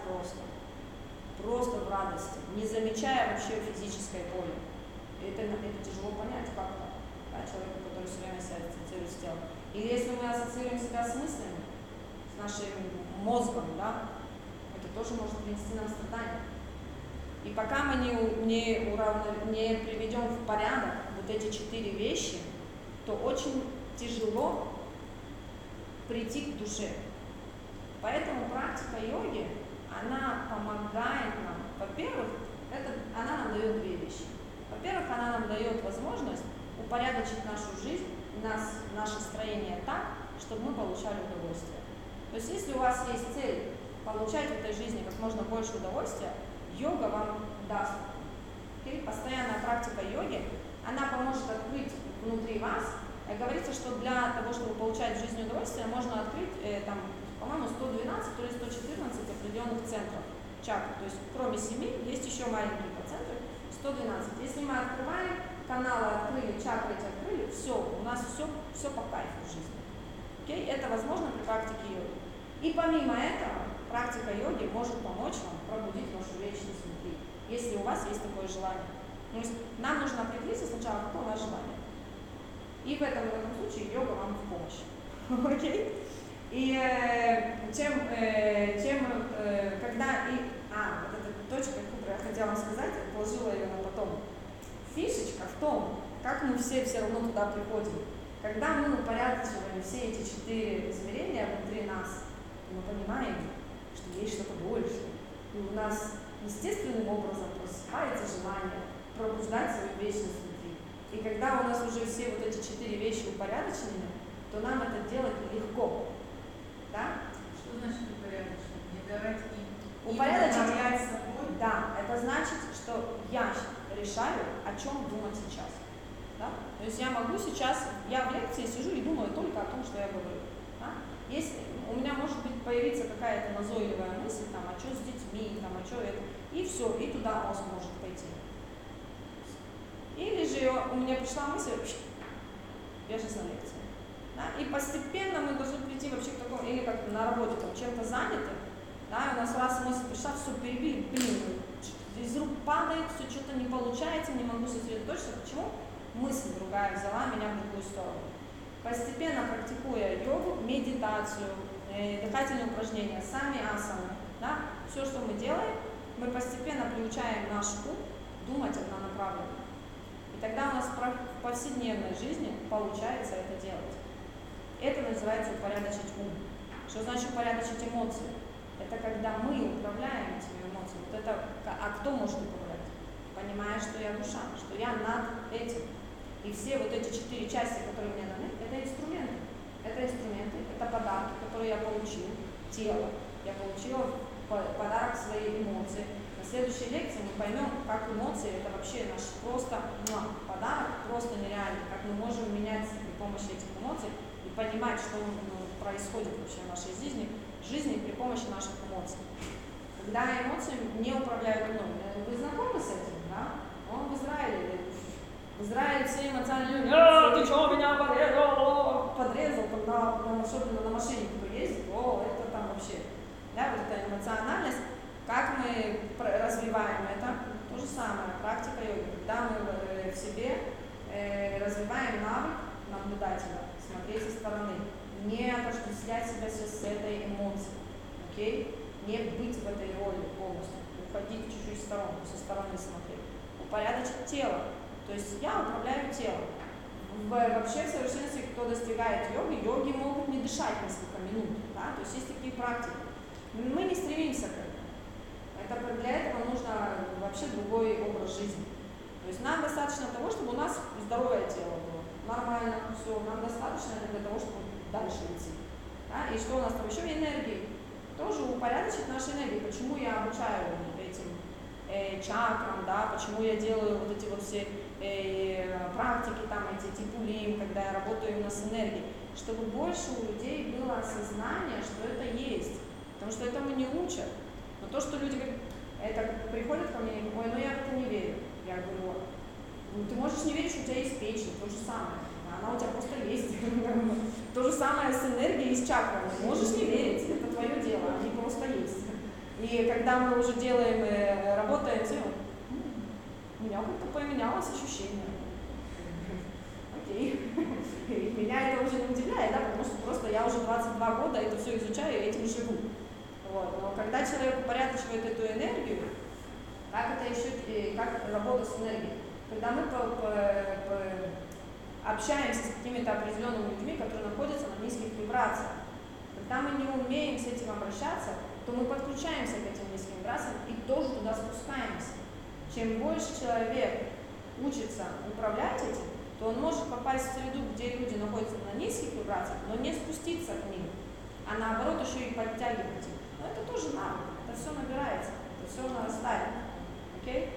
Speaker 1: просто в радости, не замечая вообще физическое поле. Это тяжело понять как-то, да, человеку, который все время себя ассоциирует с телом. Или если мы ассоциируем себя с мыслями, с нашим мозгом, да, это тоже может принести нам страдания. И пока мы не приведем в порядок вот эти 4 вещи, то очень тяжело прийти к душе. Поэтому практика йоги, она помогает нам. Во-первых, она нам дает 2 вещи. Во-первых, она нам дает возможность упорядочить нашу жизнь, наше строение так, чтобы мы получали удовольствие. То есть если у вас есть цель получать в этой жизни как можно больше удовольствия, йога вам даст. Постоянная практика йоги, она поможет открыть внутри вас. Говорится, что для того, чтобы получать в жизни удовольствие, можно открыть, там, по-моему, 112 или 114 определенных центров чакр. То есть кроме 7 есть еще маленькие центры, 112. Если мы открываем, каналы открыли, чакры эти открыли, все, у нас все по кайфу в жизни. Okay? Это возможно при практике йоги. И помимо этого, практика йоги может помочь вам пробудить вашу вечность внутри, если у вас есть такое желание. То есть нам нужно определиться сначала, какое у нас желание. И в этом случае йога вам в помощь. Okay? И когда вот эта точка, которую я хотела вам сказать, я положила ее на потом. Фишечка в том, как мы все равно туда приходим. Когда мы упорядочиваем все эти 4 измерения внутри нас, мы понимаем, что есть что-то большее. И у нас естественным образом просыпается желание пробуждать свою вечность внутри. И когда у нас уже все вот эти 4 вещи упорядочены, то нам это делать легко. Да?
Speaker 4: Что значит упорядочить? Не давать им
Speaker 1: Упорядочить,
Speaker 4: собой?
Speaker 1: да, это значит, что я решаю, о чем думать сейчас. Да? То есть я могу сейчас, я в лекции сижу и думаю только о том, что я говорю. Да? Если у меня может быть появиться какая-то назойливая мысль, там, а что с детьми, там, а что это, и все, и туда мозг может пойти. Или же у меня пришла мысль, я же на лекции. Да? И постепенно мы должны прийти вообще к такому, или как на работе, там, чем-то заняты, да, и у нас раз мысль пришла, все перебили, из рук падает, все что-то не получается, не могу сосредоточиться. Почему? Мысль другая взяла меня в другую сторону. Постепенно практикуя йогу, медитацию, дыхательные упражнения, сами асаны, да, все, что мы делаем, мы постепенно приучаем наш ум думать однонаправленно. И тогда у нас в повседневной жизни получается это делать. Это называется упорядочить ум. Что значит упорядочить эмоции? Это когда мы управляем этими эмоциями. Вот это, а кто может управлять? Понимая, что я душа, что я над этим. И все вот эти 4 части, которые мне даны, это инструменты. Это подарки, которые я получил, тело. Я получила подарок своей эмоции. На следующей лекции мы поймем, как эмоции, это вообще наш просто подарок, просто нереальный, как мы можем менять при помощи этих эмоций и понимать, что происходит вообще в нашей жизни при помощи наших эмоций. Когда эмоции не управляют мной. Вы знакомы с этим, да? Он в Израиле все эмоциональные ты что, меня подрезал, особенно на машине кто ездит, это там вообще. Да, вот эта эмоциональность, как мы развиваем это, то же самое, практика йоги, когда мы в себе развиваем навык наблюдателя, смотреть со стороны, не отождествлять себя с этой эмоцией, окей? Не быть в этой роли полностью, уходить чуть-чуть в сторону, со стороны смотреть, упорядочить тело. То есть я управляю телом. Вообще в совершенстве, кто достигает йоги могут не дышать несколько минут. Да? То есть есть такие практики. Мы не стремимся к этому. Для этого нужно вообще другой образ жизни. То есть нам достаточно того, чтобы у нас здоровое тело было. Нормально, все. Нам достаточно для того, чтобы дальше идти. Да? И что у нас там еще? Энергии. Тоже упорядочить нашу энергию. Почему я обучаю этим чакрам, да? Почему я делаю вот эти вот все практики, там эти типулим, когда я работаю именно с энергией, чтобы больше у людей было осознание, что это есть, потому что этому не учат. Но то, что люди говорят, это приходят ко мне и говорят, ой, я в это не верю. Я говорю, ты можешь не верить, что у тебя есть печень, то же самое, она у тебя просто есть. То же самое с энергией и с чакрами. Можешь не верить, это твое дело, они просто есть. И когда мы уже делаем, работаем, у меня как-то поменялось ощущение. Окей. Меня это уже не удивляет, да, потому что просто я уже 22 года это все изучаю и этим живу. Вот. Но когда человек упорядочивает эту энергию, как это еще, как работа с энергией? Когда мы общаемся с какими-то определенными людьми, которые находятся на низких вибрациях, когда мы не умеем с этим обращаться, то мы подключаемся к этим низким вибрациям и тоже туда спускаемся. Чем больше человек учится управлять этим, то он может попасть в среду, где люди находятся на низких вибрациях, но не спуститься к ним, а наоборот еще и подтягивать их. Но это тоже навык, это все набирается, это все нарастает. Окей?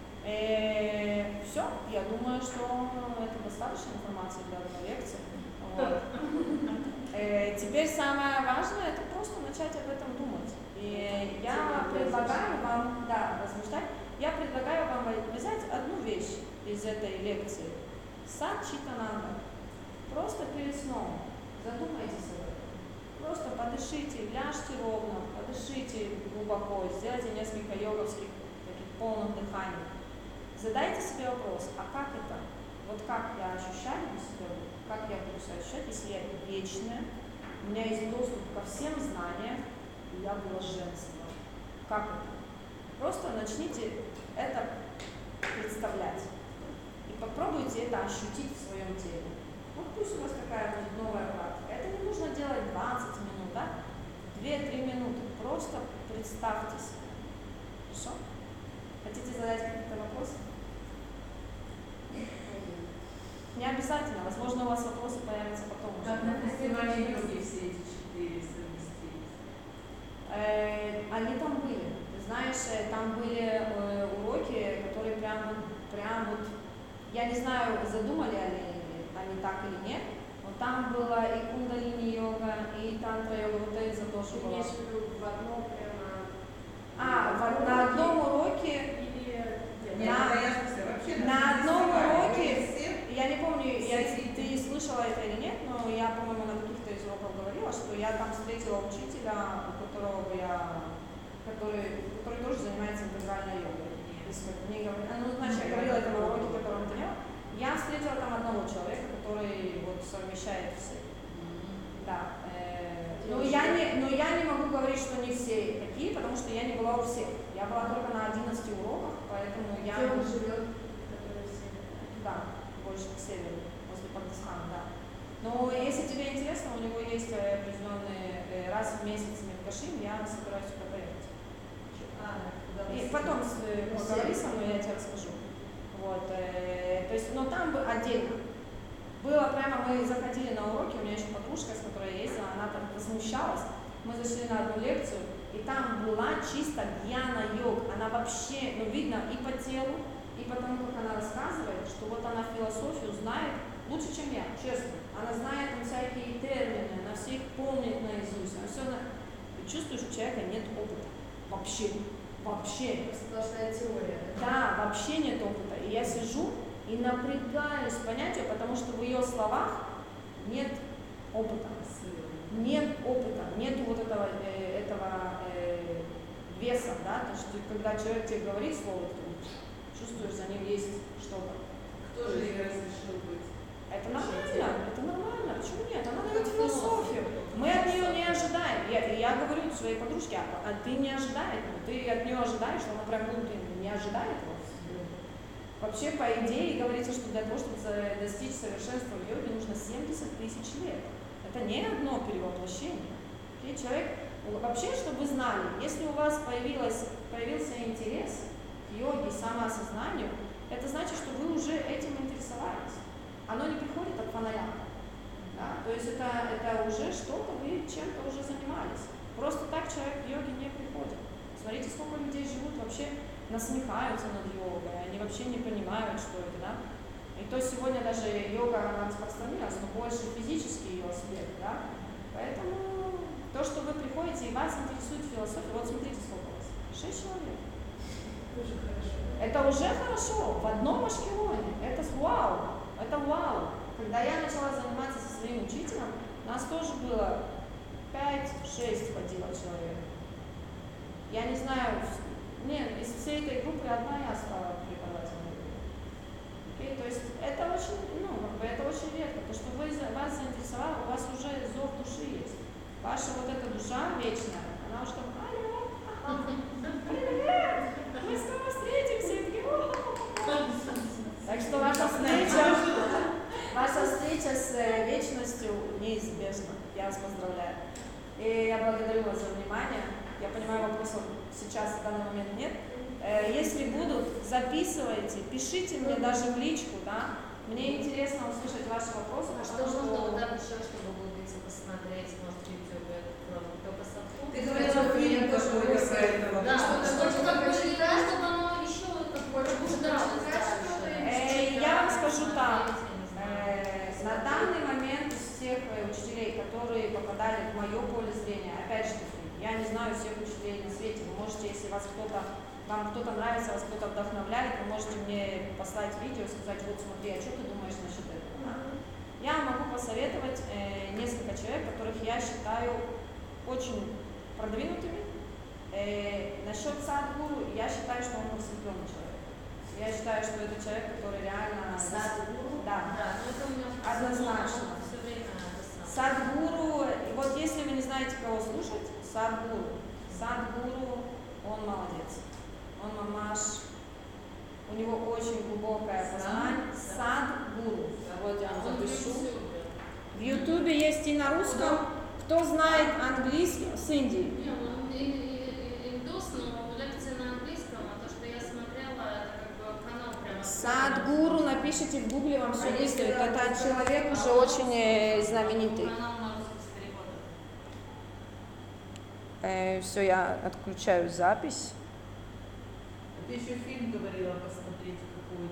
Speaker 1: Все, я думаю, что это достаточно информации для одной лекции. Вот. Теперь самое важное — это просто начать об этом думать. И я предлагаю вам, размышлять. Я предлагаю вам взять одну вещь из этой лекции. Сачитананда. Просто перед сном задумайтесь об этом. Просто подышите, ляжьте ровно, подышите глубоко, сделайте несколько йоговских таких полных дыханий. Задайте себе вопрос, а как это? Вот как я ощущаю себя, как я буду себя ощущать, если я вечная, у меня есть доступ ко всем знаниям, и я блаженство. Как это? Просто начните это представлять. И попробуйте это ощутить в своем теле. Вот пусть у вас такая будет новая практика. Это не нужно делать 20 минут, да? 2-3 минуты. Просто представьте себе. Хорошо? Хотите задать какие-то вопросы? Не обязательно. Возможно, у вас вопросы появятся потом.
Speaker 4: Как на фестивале йоги все эти 4 совместились?
Speaker 1: Они там были. Ты знаешь, там были уроки, которые прям вот, я не знаю, задумали они так или нет, но там была и кундалини-йога, и тантра-йога, вот это тоже
Speaker 6: Ты
Speaker 1: было.
Speaker 6: имеешь в виду в одно прямо...
Speaker 1: На одном уроке,
Speaker 6: Или...
Speaker 1: на одном уроке, я не помню, ты слышала это или нет, но я, по-моему, на каких-то из уроков говорила, что я там встретила учителя, который тоже занимается интегральной йогой. Значит, я говорила это на уроке, который он делал. Я встретила там одного человека, который вот совмещает все. Да. Но я не могу говорить, что не все такие, потому что я не была у всех. Я была только на 11 уроках, поэтому я...
Speaker 6: Где он живет? Который север?
Speaker 1: Да, больше к северу, возле Пакистана, да. Но если тебе интересно, у него есть определенные раз в месяц Мефкашим, я собираюсь сюда поехать. И потом поговори со мной, я тебе расскажу. Вот, то есть, но там отдельно. Было прямо, мы заходили на уроки, у меня еще подружка, с которой я ездила, она там возмущалась. Мы зашли на одну лекцию, и там была чисто гьяна-йог. Она вообще, видно и по телу, и по тому, как она рассказывает, что вот она философию знает лучше, чем я, честно. Она знает там всякие термины, она все их помнит наизусть, она все и чувствуешь, у человека нет опыта. Вообще.
Speaker 6: Сплошная теория.
Speaker 1: Да, вообще нет опыта. И я сижу и напрягаюсь понять ее, потому что в ее словах нет опыта. Нет опыта, нет вот этого веса, да, то, что когда человек тебе говорит слово, ты чувствуешь, за ним есть что-то.
Speaker 4: Кто же ей разрешил быть?
Speaker 1: Это нормально, почему нет? Она дает философию. Мы от нее не ожидаем. Я говорю своей подружке, а ты не ожидаешь, ты от нее ожидаешь, что она прям не ожидает его. Вообще, по идее, говорится, что для того, чтобы достичь совершенства в йоге, нужно 70 тысяч лет. Это не одно перевоплощение. Человек, вообще, чтобы вы знали, если у вас появился интерес к йоге, самоосознанию, это значит, что вы уже этим интересовались. Оно не приходит от фонаря. Да? То есть это уже что-то, вы чем-то уже занимались. Просто так человек в йоге не приходит. Смотрите, сколько людей живут, вообще насмехаются над йогой, они вообще не понимают, что это, да. И то сегодня даже йога, она распространилась, но больше физический ее аспект, да. Поэтому то, что вы приходите и вас интересует философия, вот смотрите, сколько у вас, 6 человек.
Speaker 6: Уже хорошо.
Speaker 1: Это уже хорошо, в одном ашкелоне, это вау. Это вау. Когда я начала заниматься со своим учителем, нас тоже было 5-6 ходило человек. Я не знаю, из всей этой группы одна я стала преподавателем. Okay? То есть это очень редко, потому что вас заинтересовало, у вас уже зов души есть. Ваша вот эта душа вечная, она уже там, алло, привет, мы снова встретимся. Так что ваша встреча с вечностью неизбежна. Я вас поздравляю. И я благодарю вас за внимание. Я понимаю, вопросов сейчас в данный момент нет. Если будут, записывайте, пишите мне даже в личку, да. Мне интересно услышать ваши вопросы,
Speaker 3: А
Speaker 1: потому
Speaker 3: что нужно вот
Speaker 1: что...
Speaker 3: так еще, чтобы углубиться, посмотреть, может, в YouTube, кроме только садху?
Speaker 4: Ты говорила, фильм какой-то про этого.
Speaker 3: Да,
Speaker 4: Что-то
Speaker 3: что как бы не
Speaker 4: почитать?
Speaker 3: чтобы оно еще как бы пробуждалось дальше.
Speaker 1: Я вам скажу так.
Speaker 3: Я не знаю.
Speaker 1: На данный момент из всех учителей, которые попадали в мое поле зрения, опять же таки, я не знаю всех учителей на свете. Вы можете, если вам кто-то нравится, вас кто-то вдохновляет, вы можете мне послать видео, сказать, вот смотри, а что ты думаешь насчет этого? Да? Я могу посоветовать несколько человек, которых я считаю очень продвинутыми. Насчет Садхгуру, я считаю, что он просветленный человек. Я считаю, что это человек, который реально...
Speaker 3: Садхгуру?
Speaker 1: Да.
Speaker 3: Да, но это у меня
Speaker 1: Однозначно.
Speaker 3: все время это самое.
Speaker 1: Садхгуру, вот если вы не знаете, кого слушать, Садхгуру, он молодец. Он мамаш, у него очень глубокое познание. Садхгуру. Вот я вам запишу. В Ютубе есть и на русском. Кто знает английский, с Индии.
Speaker 3: Не, он индус, но лекции на английском, а то, что я смотрела, это как бы канал прямо.
Speaker 1: Садхгуру, напишите в гугле, вам все выставит. Это человек уже очень знаменитый.
Speaker 3: Канал на русском с переводом.
Speaker 1: Все, я отключаю запись.
Speaker 4: Ты еще фильм говорила посмотреть.